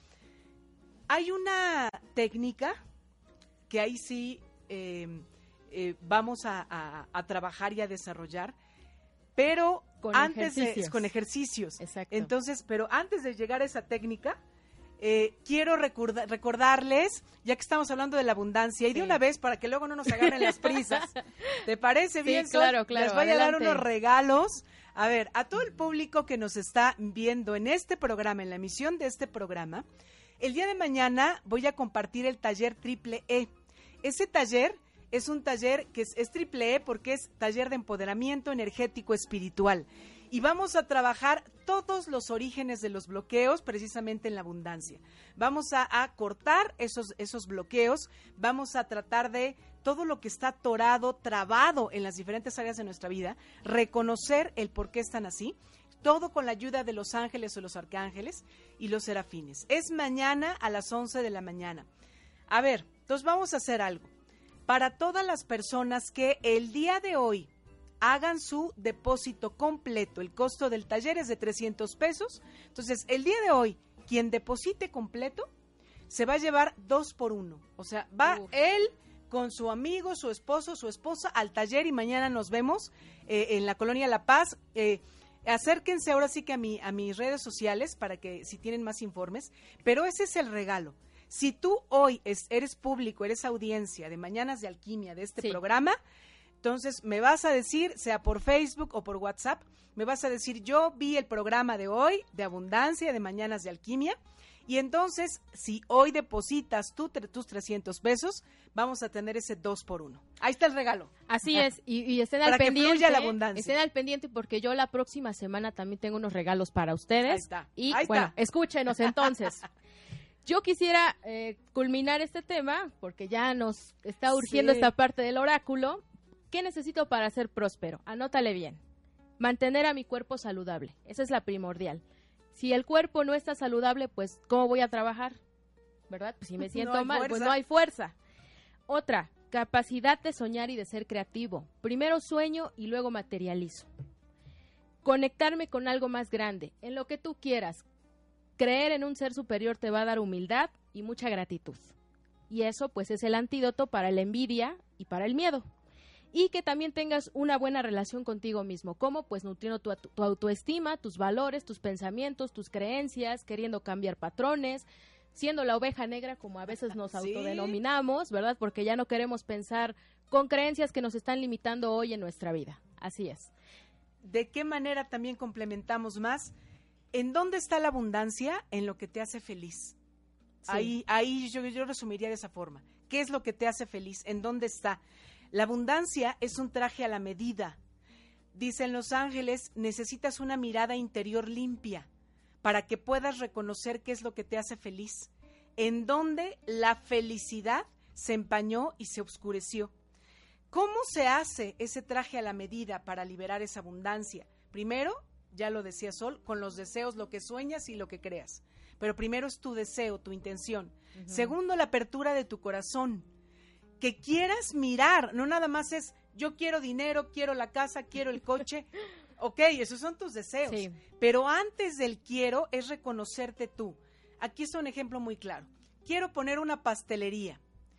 Hay una técnica que ahí sí eh, eh, vamos a, a, a trabajar y a desarrollar, pero Con antes de, ejercicios. con ejercicios. Exacto. Entonces, pero antes de llegar a esa técnica, Eh, quiero recorda- recordarles, ya que estamos hablando de la abundancia, y de Sí. una vez para que luego no nos agarren las prisas, ¿te parece Sí, bien, Sol? claro, claro, Les voy a dar adelante. unos regalos. A ver, a todo el público que nos está viendo en este programa, en la emisión de este programa, el día de mañana voy a compartir el taller Triple E. Ese taller es un taller que es, es Triple E porque es taller de empoderamiento energético espiritual. Y vamos a trabajar todos los orígenes de los bloqueos precisamente en la abundancia. Vamos a, a cortar esos, esos bloqueos, vamos a tratar de todo lo que está atorado, trabado en las diferentes áreas de nuestra vida, reconocer el por qué están así, todo con la ayuda de los ángeles o los arcángeles y los serafines. Es mañana a las once de la mañana. A ver, entonces vamos a hacer algo. Para todas las personas que el día de hoy hagan su depósito completo, el costo del taller es de trescientos pesos, entonces el día de hoy, quien deposite completo, se va a llevar dos por uno, o sea, va Uf. él con su amigo, su esposo, su esposa al taller y mañana nos vemos eh, en la Colonia La Paz. Eh, acérquense ahora sí que a, mi, a mis redes sociales para que si tienen más informes, pero ese es el regalo. Si tú hoy es, eres público, eres audiencia de Mañanas de Alquimia de este Sí. programa, entonces me vas a decir, sea por Facebook o por WhatsApp, me vas a decir, yo vi el programa de hoy de Abundancia, de Mañanas de Alquimia, y entonces, si hoy depositas tú, tre- tus trescientos pesos, vamos a tener ese dos por uno. Ahí está el regalo. Así Ah. es, y, y estén Para al que pendiente. fluya la abundancia. Estén al pendiente porque yo la próxima semana también tengo unos regalos para ustedes. Ahí está, Y ahí bueno, está. escúchenos entonces. Yo quisiera eh, culminar este tema porque ya nos está urgiendo Sí. esta parte del oráculo. ¿Qué necesito para ser próspero? Anótale bien. Mantener a mi cuerpo saludable. Esa es la primordial. Si el cuerpo no está saludable, pues ¿cómo voy a trabajar? ¿Verdad? Pues si me siento hay mal, pues fuerza. no hay fuerza. Otra, capacidad de soñar y de ser creativo. Primero sueño y luego materializo. Conectarme con algo más grande, en lo que tú quieras. Creer en un ser superior te va a dar humildad y mucha gratitud. Y eso pues es el antídoto para la envidia y para el miedo. Y que también tengas una buena relación contigo mismo. ¿Cómo? Pues nutriendo tu, tu autoestima, tus valores, tus pensamientos, tus creencias, queriendo cambiar patrones, siendo la oveja negra como a veces nos Sí. autodenominamos, ¿verdad? Porque ya no queremos pensar con creencias que nos están limitando hoy en nuestra vida. Así es. ¿De qué manera también complementamos más? ¿En dónde está la abundancia? En lo que te hace feliz. Sí. Ahí, ahí yo, yo resumiría de esa forma. ¿Qué es lo que te hace feliz? ¿En dónde está? La abundancia es un traje a la medida. Dicen los ángeles, necesitas una mirada interior limpia para que puedas reconocer qué es lo que te hace feliz. En dónde la felicidad se empañó y se oscureció. ¿Cómo se hace ese traje a la medida para liberar esa abundancia? Primero, ya lo decía Sol, con los deseos, lo que sueñas y lo que creas. Pero primero es tu deseo, tu intención. Ujú. Segundo, la apertura de tu corazón. Que quieras mirar, no nada más es yo quiero dinero, quiero la casa, quiero el coche. Ok, esos son tus deseos. Sí. Pero antes del quiero es reconocerte tú. Aquí está un ejemplo muy claro. Quiero poner una pastelería.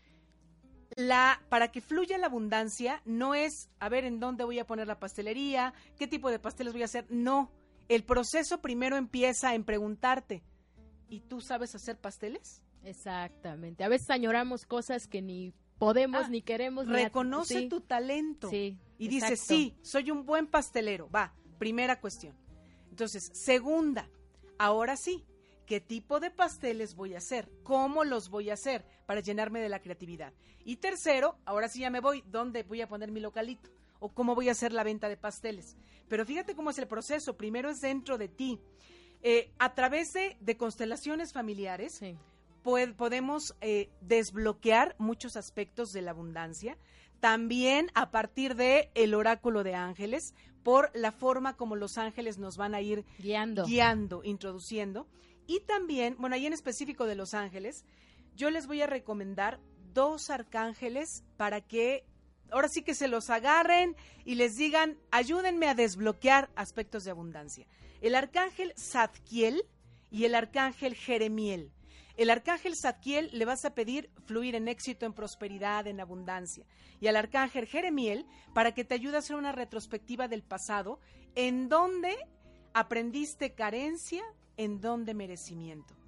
La, para que fluya la abundancia, no es a ver en dónde voy a poner la pastelería, qué tipo de pasteles voy a hacer. No, el proceso primero empieza en preguntarte, ¿y tú sabes hacer pasteles? Exactamente. A veces añoramos cosas que ni podemos Ah, ni queremos. ni Reconoce sí. tu talento. Sí, y dices, exacto. sí, soy un buen pastelero. Va, primera cuestión. Entonces, segunda, ahora sí, ¿qué tipo de pasteles voy a hacer? ¿Cómo los voy a hacer para llenarme de la creatividad? Y tercero, ahora sí ya me voy, ¿dónde voy a poner mi localito? ¿O cómo voy a hacer la venta de pasteles? Pero fíjate cómo es el proceso. Primero es dentro de ti. Eh, a través de, de constelaciones familiares, Sí. Pod- podemos eh, desbloquear muchos aspectos de la abundancia, también a partir de el oráculo de ángeles, por la forma como los ángeles nos van a ir Guiando. guiando, introduciendo, y también, bueno, ahí en específico de los ángeles, yo les voy a recomendar dos arcángeles para que ahora sí que se los agarren y les digan, ayúdenme a desbloquear aspectos de abundancia. El arcángel Zadkiel y el arcángel Jeremiel. El arcángel Zadkiel le vas a pedir fluir en éxito, en prosperidad, en abundancia. Y al arcángel Jeremiel para que te ayude a hacer una retrospectiva del pasado, en donde aprendiste carencia, en donde merecimiento.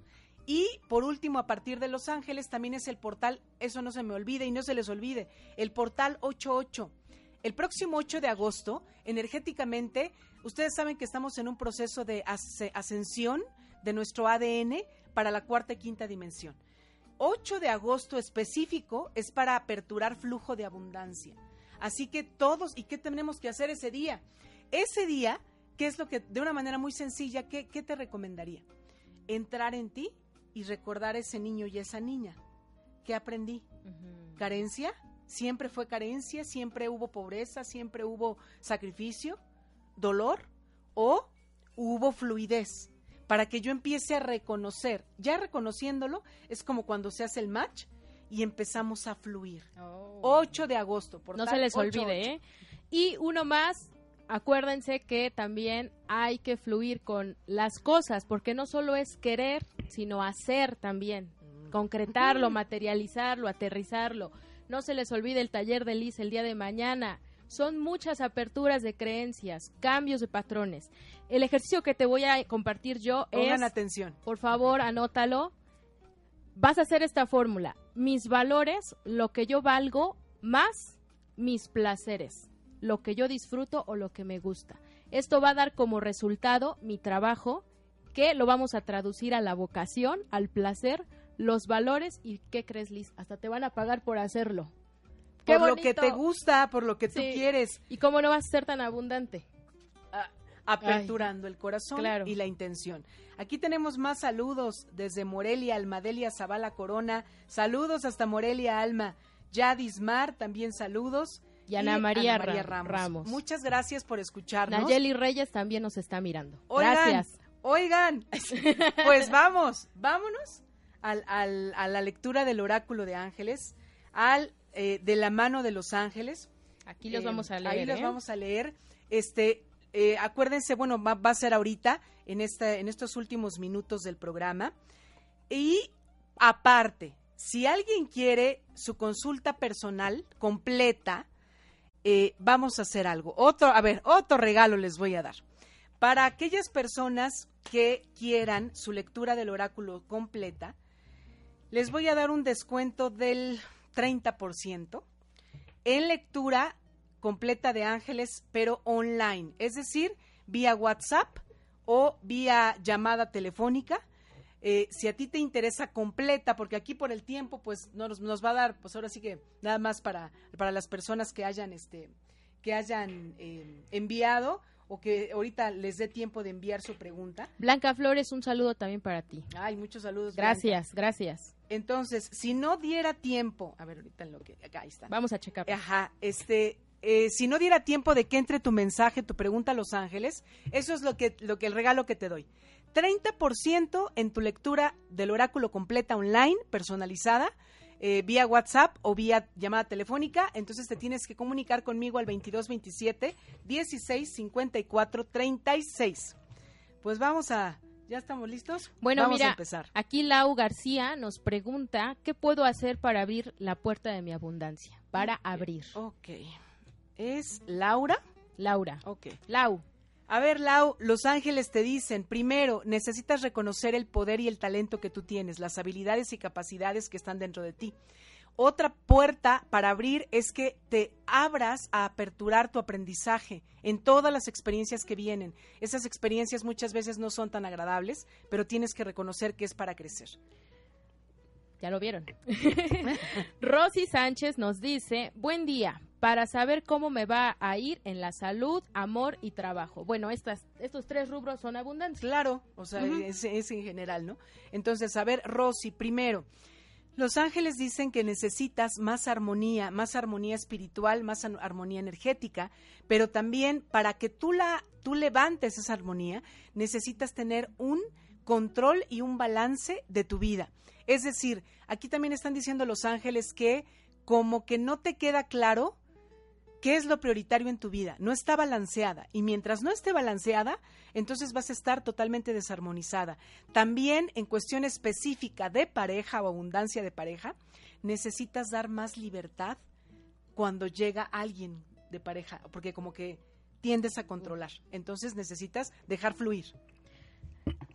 Y por último, a partir de Los Ángeles, también es el portal, eso no se me olvide y no se les olvide, el portal ochenta y ocho. El próximo ocho de agosto, energéticamente, ustedes saben que estamos en un proceso de ascensión de nuestro A D N para la cuarta y quinta dimensión. ocho de agosto específico es para aperturar flujo de abundancia. Así que todos, ¿y qué tenemos que hacer ese día? Ese día, ¿qué es lo que, de una manera muy sencilla, qué, qué te recomendaría? Entrar en ti y recordar a ese niño y esa niña. ¿Qué aprendí? Uh-huh. ¿Carencia? ¿Siempre fue carencia? ¿Siempre hubo pobreza? ¿Siempre hubo sacrificio? ¿Dolor? ¿O hubo fluidez? Para que yo empiece a reconocer. Ya reconociéndolo, es como cuando se hace el match y empezamos a fluir. Oh. ocho de agosto. Por no tal, se les ocho, olvide, ocho. ¿eh? Y uno más, acuérdense que también hay que fluir con las cosas, porque no solo es querer, sino hacer también. Mm. Concretarlo, materializarlo, aterrizarlo. No se les olvide el taller de Liz el día de mañana. Son muchas aperturas de creencias, cambios de patrones. El ejercicio que te voy a compartir yo es... Pongan atención. Por favor, anótalo. Vas a hacer esta fórmula. Mis valores, lo que yo valgo, más mis placeres, lo que yo disfruto o lo que me gusta. Esto va a dar como resultado mi trabajo, que lo vamos a traducir a la vocación, al placer, los valores y ¿qué crees, Liz? Hasta te van a pagar por hacerlo. Por lo que te gusta, por lo que tú sí. quieres. ¿Y cómo no vas a ser tan abundante? Ah, aperturando Ay, el corazón claro. y la intención. Aquí tenemos más saludos desde Morelia, Almadelia Zavala Corona. Saludos hasta Morelia, Alma. Yadis Mar, también saludos. Y Ana María, Ana María Ramos. Ramos. Muchas gracias por escucharnos. Nayeli Reyes también nos está mirando. Oigan, gracias. Oigan, pues vamos, vámonos al, al, a la lectura del oráculo de ángeles, al eh, de la mano de los ángeles. Aquí los eh, vamos a leer. Ahí los ¿eh? vamos a leer. Este, eh, acuérdense, bueno, va, va a ser ahorita, en, esta, en estos últimos minutos del programa. Y aparte, si alguien quiere su consulta personal completa, eh, vamos a hacer algo. Otro, a ver, otro regalo les voy a dar. Para aquellas personas que quieran su lectura del oráculo completa, les voy a dar un descuento del treinta por ciento en lectura completa de ángeles, pero online, es decir, vía WhatsApp o vía llamada telefónica. Eh, si a ti te interesa completa, porque aquí por el tiempo, pues no nos, nos va a dar, pues ahora sí que nada más para, para las personas que hayan, este, que hayan eh, enviado o que ahorita les dé tiempo de enviar su pregunta. Blanca Flores, un saludo también para ti. Ay, muchos saludos. Gracias, Blanca. Gracias. Entonces, si no diera tiempo, a ver, ahorita en lo que, acá ahí está. Vamos a checar. Ajá, este, eh, si no diera tiempo de que entre tu mensaje, tu pregunta a Los Ángeles, eso es lo que, lo que el regalo que te doy. treinta por ciento en tu lectura del oráculo completa online, personalizada, eh, vía WhatsApp o vía llamada telefónica. Entonces te tienes que comunicar conmigo al veintidós veintisiete dieciséis cincuenta y cuatro treinta y seis. Pues vamos a, ¿ya estamos listos? Bueno, vamos mira, a empezar. Aquí Lau García nos pregunta, ¿qué puedo hacer para abrir la puerta de mi abundancia? Para abrir. Ok. ¿Es Laura? Laura. Ok. Lau. A ver, Lau, Los Ángeles te dicen, primero, necesitas reconocer el poder y el talento que tú tienes, las habilidades y capacidades que están dentro de ti. Otra puerta para abrir es que te abras a aperturar tu aprendizaje en todas las experiencias que vienen. Esas experiencias muchas veces no son tan agradables, pero tienes que reconocer que es para crecer. Ya lo vieron. Rosy Sánchez nos dice, buen día, para saber cómo me va a ir en la salud, amor y trabajo. Bueno, estas, estos tres rubros son abundantes. Claro, o sea, uh-huh. es, es en general, ¿no? Entonces, a ver, Rosy, primero, Los Ángeles dicen que necesitas más armonía, más armonía espiritual, más armonía energética, pero también para que tú, la, tú levantes esa armonía, necesitas tener un control y un balance de tu vida. Es decir, aquí también están diciendo Los Ángeles que como que no te queda claro qué es lo prioritario en tu vida, no está balanceada, y mientras no esté balanceada, entonces vas a estar totalmente desarmonizada. También en cuestión específica de pareja o abundancia de pareja, necesitas dar más libertad cuando llega alguien de pareja, porque como que tiendes a controlar, entonces necesitas dejar fluir.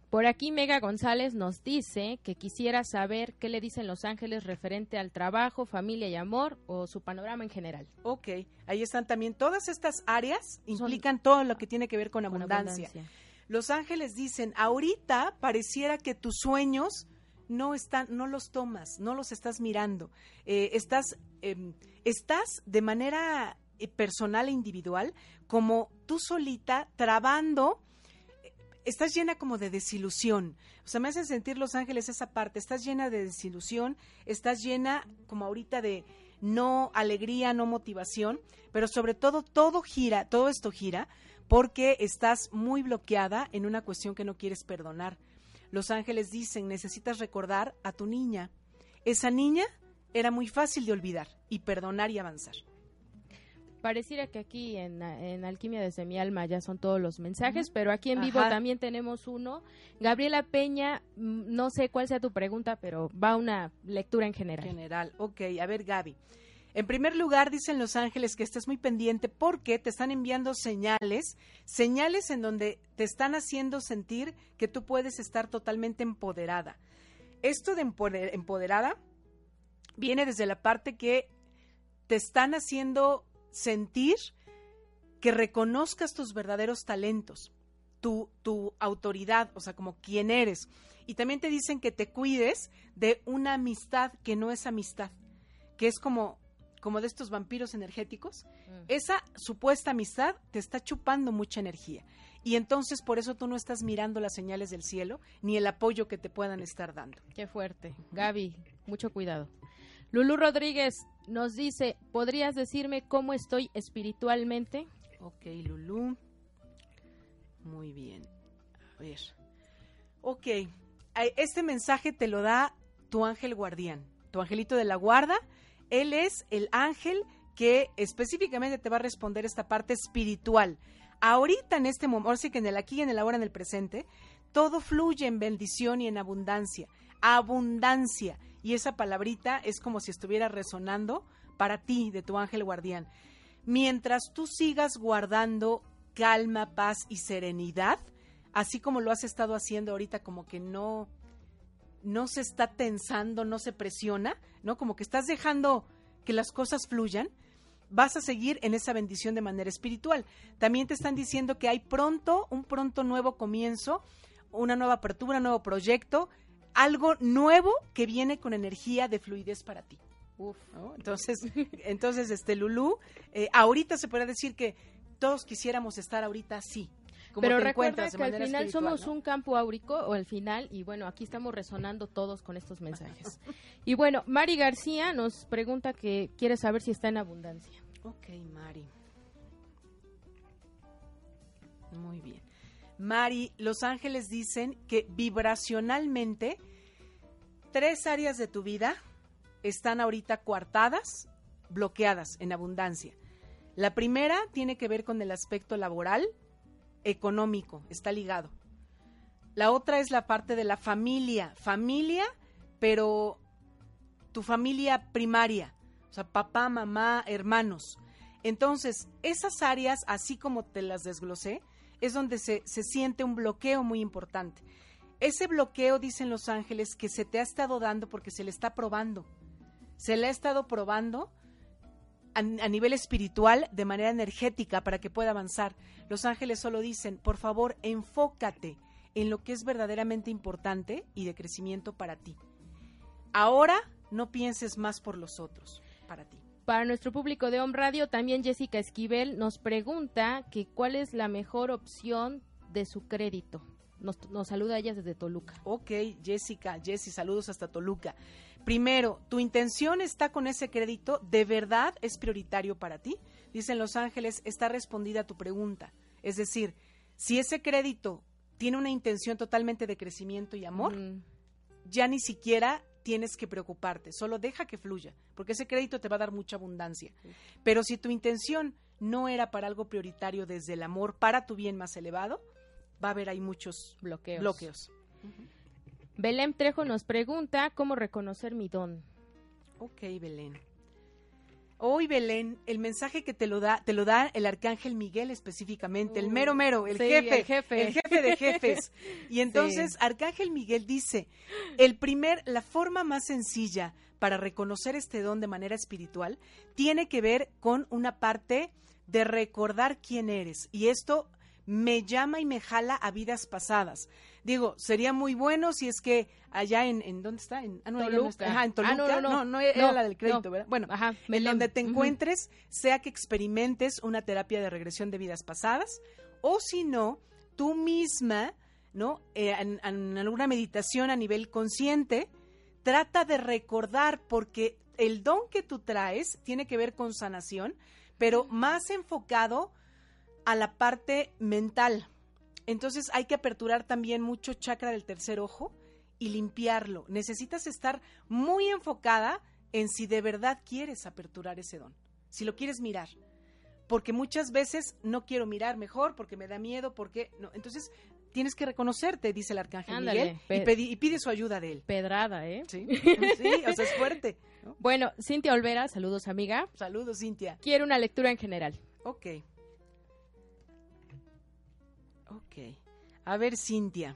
Por aquí Mega González nos dice que quisiera saber qué le dicen los ángeles referente al trabajo, familia y amor o su panorama en general. Ok, ahí están también. Todas estas áreas implican Son, todo lo que tiene que ver con, con abundancia. abundancia. Los ángeles dicen, ahorita pareciera que tus sueños no están, no los tomas, no los estás mirando. Eh, estás, eh, estás de manera personal e individual como tú solita trabando. Estás llena como de desilusión, o sea, me hacen sentir los ángeles esa parte, estás llena de desilusión, estás llena como ahorita de no alegría, no motivación, pero sobre todo todo gira, todo esto gira porque estás muy bloqueada en una cuestión que no quieres perdonar. Los ángeles dicen, necesitas recordar a tu niña, esa niña era muy fácil de olvidar y perdonar y avanzar. Pareciera que aquí en, en Alquimia desde mi alma ya son todos los mensajes, uh-huh. pero aquí en vivo Ajá. también tenemos uno. Gabriela Peña, no sé cuál sea tu pregunta, pero va una lectura en general. General, ok. A ver, Gaby. En primer lugar, dicen los ángeles que estés muy pendiente porque te están enviando señales, señales en donde te están haciendo sentir que tú puedes estar totalmente empoderada. Esto de empoder- empoderada viene desde la parte que te están haciendo sentir que reconozcas tus verdaderos talentos, tu, tu autoridad, o sea, como quién eres. Y también te dicen que te cuides de una amistad que no es amistad, que es como, como de estos vampiros energéticos. Mm. Esa supuesta amistad te está chupando mucha energía. Y entonces por eso tú no estás mirando las señales del cielo, ni el apoyo que te puedan estar dando. Qué fuerte. Gaby, mucho cuidado. Lulú Rodríguez nos dice, ¿podrías decirme cómo estoy espiritualmente? Ok, Lulú. Muy bien. A ver. Ok, este mensaje te lo da tu ángel guardián, tu angelito de la guarda. Él es el ángel que específicamente te va a responder esta parte espiritual. Ahorita en este momento, sí que en el aquí y en el ahora, en el presente, todo fluye en bendición y en abundancia. Abundancia. Y esa palabrita es como si estuviera resonando para ti, de tu ángel guardián. Mientras tú sigas guardando calma, paz y serenidad, así como lo has estado haciendo ahorita, como que no, no se está tensando, no se presiona, ¿no? Como que estás dejando que las cosas fluyan, vas a seguir en esa bendición de manera espiritual. También te están diciendo que hay pronto, un pronto nuevo comienzo, una nueva apertura, un nuevo proyecto, algo nuevo que viene con energía de fluidez para ti. Uf, ¿no? Entonces, entonces este Lulú, eh, ahorita se puede decir que todos quisiéramos estar ahorita así. Como Pero te recuerda encuentras de que al manera final espiritual, somos ¿no? un campo áurico, o al final, y bueno, aquí estamos resonando todos con estos mensajes. Y bueno, Mari García nos pregunta que quiere saber si está en abundancia. Ok, Mari. Muy bien. Mari, los ángeles dicen que vibracionalmente tres áreas de tu vida están ahorita coartadas, bloqueadas en abundancia. La primera tiene que ver con el aspecto laboral, económico, está ligado. La otra es la parte de la familia, familia, pero tu familia primaria, o sea, papá, mamá, hermanos. Entonces, esas áreas, así como te las desglosé, es donde se, se siente un bloqueo muy importante. Ese bloqueo, dicen los ángeles, que se te ha estado dando porque se le está probando. Se le ha estado probando a, a nivel espiritual, de manera energética, para que pueda avanzar. Los ángeles solo dicen, por favor, enfócate en lo que es verdaderamente importante y de crecimiento para ti. Ahora, no pienses más por los otros, para ti. Para nuestro público de Home Radio, también Jessica Esquivel nos pregunta que cuál es la mejor opción de su crédito. Nos, nos saluda ella desde Toluca. Ok, Jessica, Jessy, saludos hasta Toluca. Primero, ¿tu intención está con ese crédito? ¿De verdad es prioritario para ti? Dicen los ángeles, está respondida tu pregunta. Es decir, si ese crédito tiene una intención totalmente de crecimiento y amor, mm. ya ni siquiera tienes que preocuparte, solo deja que fluya, porque ese crédito te va a dar mucha abundancia. Pero si tu intención no era para algo prioritario desde el amor, para tu bien más elevado, va a haber ahí muchos bloqueos. bloqueos. Uh-huh. Belén Trejo nos pregunta cómo reconocer mi don. Ok, Belén. Hoy, Belén, el mensaje que te lo da, te lo da el arcángel Miguel específicamente, uh, el mero mero, el, sí, jefe, el jefe, el jefe de jefes. Y entonces, sí. Arcángel Miguel dice, el primer, la forma más sencilla para reconocer este don de manera espiritual tiene que ver con una parte de recordar quién eres. Y esto me llama y me jala a vidas pasadas. Digo, sería muy bueno si es que allá en, ¿en dónde está? En, ah, no, Toluca. No está. Ajá, en Toluca. Ah, no, no, no, no, no era no, la del crédito, no. ¿verdad? Bueno, Ajá, en donde te encuentres, uh-huh. sea que experimentes una terapia de regresión de vidas pasadas, o si no, tú misma, ¿no? Eh, en, en alguna meditación a nivel consciente, trata de recordar, porque el don que tú traes tiene que ver con sanación, pero más enfocado a la parte mental. Entonces hay que aperturar también mucho chakra del tercer ojo y limpiarlo. Necesitas estar muy enfocada en si de verdad quieres aperturar ese don, si lo quieres mirar. Porque muchas veces no quiero mirar mejor porque me da miedo, porque no. Entonces tienes que reconocerte, dice el arcángel Ándale, Miguel, pe- y, pedi- y pide su ayuda de él. Pedrada, ¿eh? Sí, sí, o sea, es fuerte, ¿no? Bueno, Cintia Olvera, saludos, amiga. Saludos, Cintia. Quiero una lectura en general. Ok. Ok. A ver, Cintia.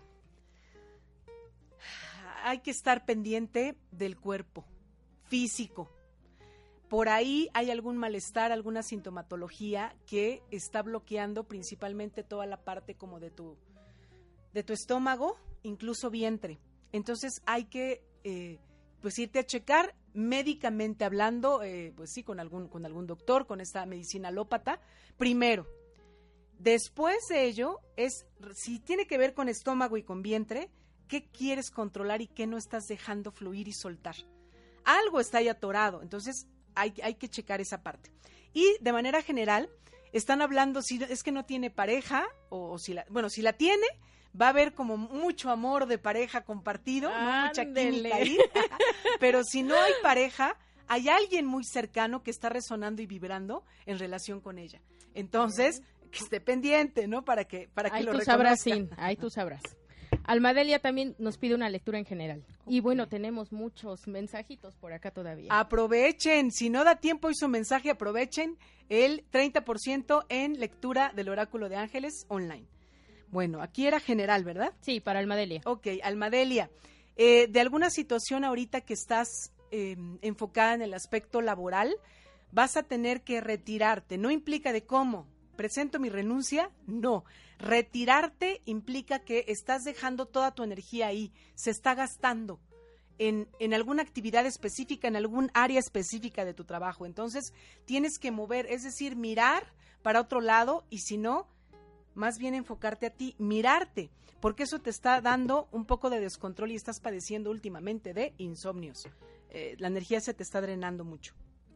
Hay que estar pendiente del cuerpo físico. Por ahí hay algún malestar, alguna sintomatología que está bloqueando principalmente toda la parte como de tu, de tu estómago, incluso vientre. Entonces hay que eh, pues irte a checar médicamente hablando, eh, pues sí, con algún, con algún doctor, con esta medicina alópata, primero. Después de ello, es si tiene que ver con estómago y con vientre, ¿qué quieres controlar y qué no estás dejando fluir y soltar? Algo está ahí atorado, entonces hay, hay que checar esa parte. Y de manera general, están hablando, si es que no tiene pareja, o, o si la, bueno, si la tiene, va a haber como mucho amor de pareja compartido, ¿no? Mucha química ahí, pero si no hay pareja, hay alguien muy cercano que está resonando y vibrando en relación con ella. Entonces, que esté pendiente, ¿no? Para que, para que ahí lo tú reconozca. Sabrás, sí, ahí tú sabrás. Almadelia también nos pide una lectura en general. Okay. Y bueno, tenemos muchos mensajitos por acá todavía. Aprovechen, si no da tiempo y su mensaje, aprovechen el treinta por ciento en lectura del Oráculo de Ángeles online. Bueno, aquí era general, ¿verdad? Sí, para Almadelia. Ok, Almadelia, eh, de alguna situación ahorita que estás eh, enfocada en el aspecto laboral, vas a tener que retirarte. No implica de cómo. ¿Presento mi renuncia? No. Retirarte implica que estás dejando toda tu energía ahí, se está gastando en, en alguna actividad específica, en algún área específica de tu trabajo. Entonces, tienes que mover, es decir, mirar para otro lado y si no, más bien enfocarte a ti, mirarte, porque eso te está dando un poco de descontrol y estás padeciendo últimamente de insomnios. Eh, la energía se te está drenando mucho.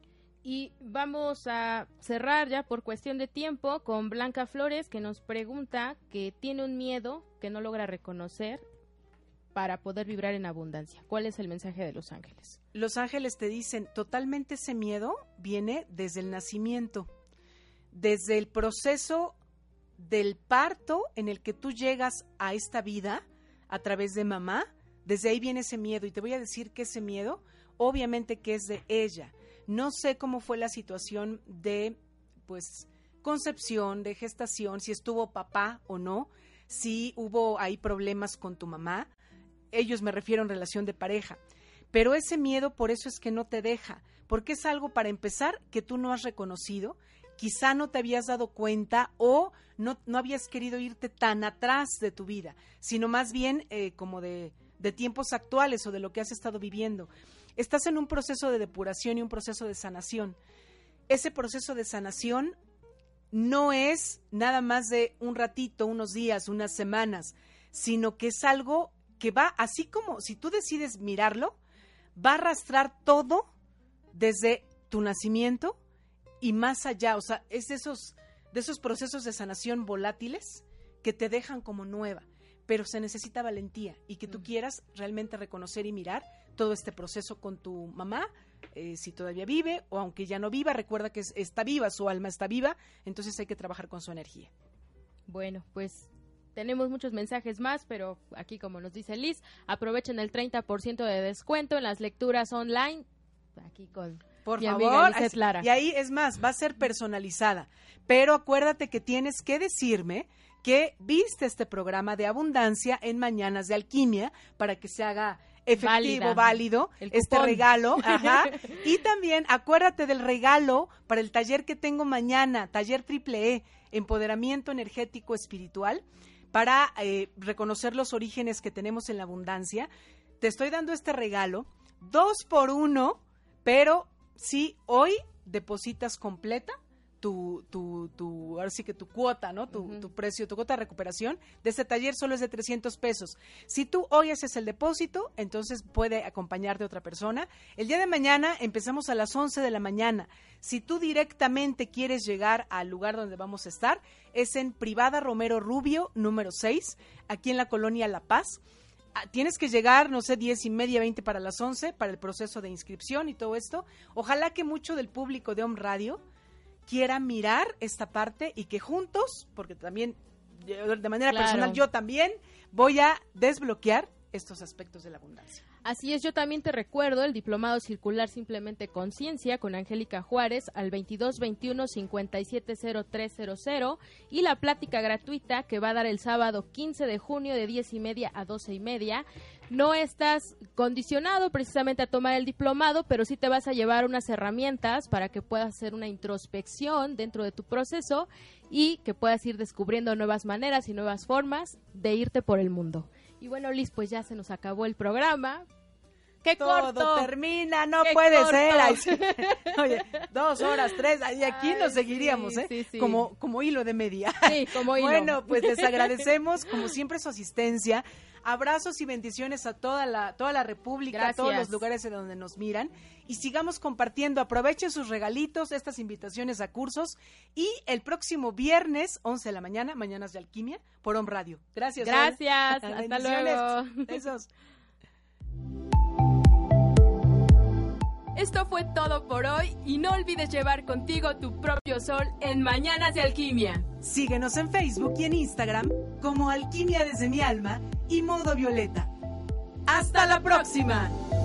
Y vamos a cerrar ya por cuestión de tiempo con Blanca Flores, que nos pregunta que tiene un miedo que no logra reconocer para poder vibrar en abundancia. ¿Cuál es el mensaje de los ángeles? Los ángeles te dicen, totalmente ese miedo viene desde el nacimiento, desde el proceso del parto en el que tú llegas a esta vida a través de mamá, desde ahí viene ese miedo. Y te voy a decir que ese miedo, obviamente que es de ella. No sé cómo fue la situación de, pues, concepción, de gestación, si estuvo papá o no, si hubo ahí problemas con tu mamá. Ellos me refiero en relación de pareja. Pero ese miedo por eso es que no te deja, porque es algo, para empezar, que tú no has reconocido, quizá no te habías dado cuenta o no, no habías querido irte tan atrás de tu vida, sino más bien eh, como de, de tiempos actuales o de lo que has estado viviendo. Estás en un proceso de depuración y un proceso de sanación. Ese proceso de sanación no es nada más de un ratito, unos días, unas semanas, sino que es algo que va, así como si tú decides mirarlo, va a arrastrar todo desde tu nacimiento y más allá. O sea, es de esos, de esos procesos de sanación volátiles que te dejan como nueva, pero se necesita valentía y que tú quieras realmente reconocer y mirar todo este proceso con tu mamá, eh, si todavía vive o aunque ya no viva, recuerda que es, está viva, su alma está viva, entonces hay que trabajar con su energía. Bueno, pues tenemos muchos mensajes más, pero aquí, como nos dice Liz, aprovechen el treinta por ciento de descuento en las lecturas online, aquí con Por Mi favor, amiga Lizeth así- Lara. y ahí es más, va a ser personalizada. Pero acuérdate que tienes que decirme que viste este programa de abundancia en Mañanas de Alquimia para que se haga efectivo, Válida. válido, El este cupón. regalo. Ajá. Y también acuérdate del regalo para el taller que tengo mañana, taller triple E, Empoderamiento Energético Espiritual, para eh, reconocer los orígenes que tenemos en la abundancia. Te estoy dando este regalo, dos por uno, pero si hoy depositas completa tu, tu, tu, ahora sí que tu cuota, ¿no? Tu, Uh-huh. tu precio, tu cuota de recuperación de este taller solo es de trescientos pesos. Si tú hoy haces el depósito, entonces puede acompañarte otra persona. El día de mañana empezamos a las once de la mañana. Si tú directamente quieres llegar al lugar donde vamos a estar, es en Privada Romero Rubio, número seis, aquí en la colonia La Paz. Ah, tienes que llegar, no sé, diez y media, veinte para las once, para el proceso de inscripción y todo esto. Ojalá que mucho del público de Om Radio quiera mirar esta parte y que juntos, porque también yo, de manera Claro. personal yo también voy a desbloquear estos aspectos de la abundancia. Así es, yo también te recuerdo el diplomado circular Simplemente Conciencia con Angélica Juárez al veintidós veintiuno cincuenta y siete cero tres cero cero y la plática gratuita que va a dar el sábado quince de junio de diez y media a doce y media. No estás condicionado precisamente a tomar el diplomado, pero sí te vas a llevar unas herramientas para que puedas hacer una introspección dentro de tu proceso y que puedas ir descubriendo nuevas maneras y nuevas formas de irte por el mundo. Y bueno, Liz, pues ya se nos acabó el programa. ¡Qué Todo corto! termina, no ¡Qué puede corto! ser. Ay, sí. Oye, dos horas, tres, y aquí Ay, nos seguiríamos, sí, ¿eh? sí, sí. Como, como hilo de media. Sí, como hilo. Bueno, pues les agradecemos, como siempre, su asistencia. Abrazos y bendiciones a toda la, toda la República, Gracias. a todos los lugares en donde nos miran. Y sigamos compartiendo. Aprovechen sus regalitos, estas invitaciones a cursos. Y el próximo viernes, once de la mañana, Mañanas de Alquimia, por Om Radio. Gracias. Sol. Gracias. Hasta Bendiciones. luego. Besos. Esto fue todo por hoy y no olvides llevar contigo tu propio sol en Mañanas de Alquimia. Síguenos en Facebook y en Instagram como Alquimia desde mi alma y Modo Violeta. ¡Hasta la próxima!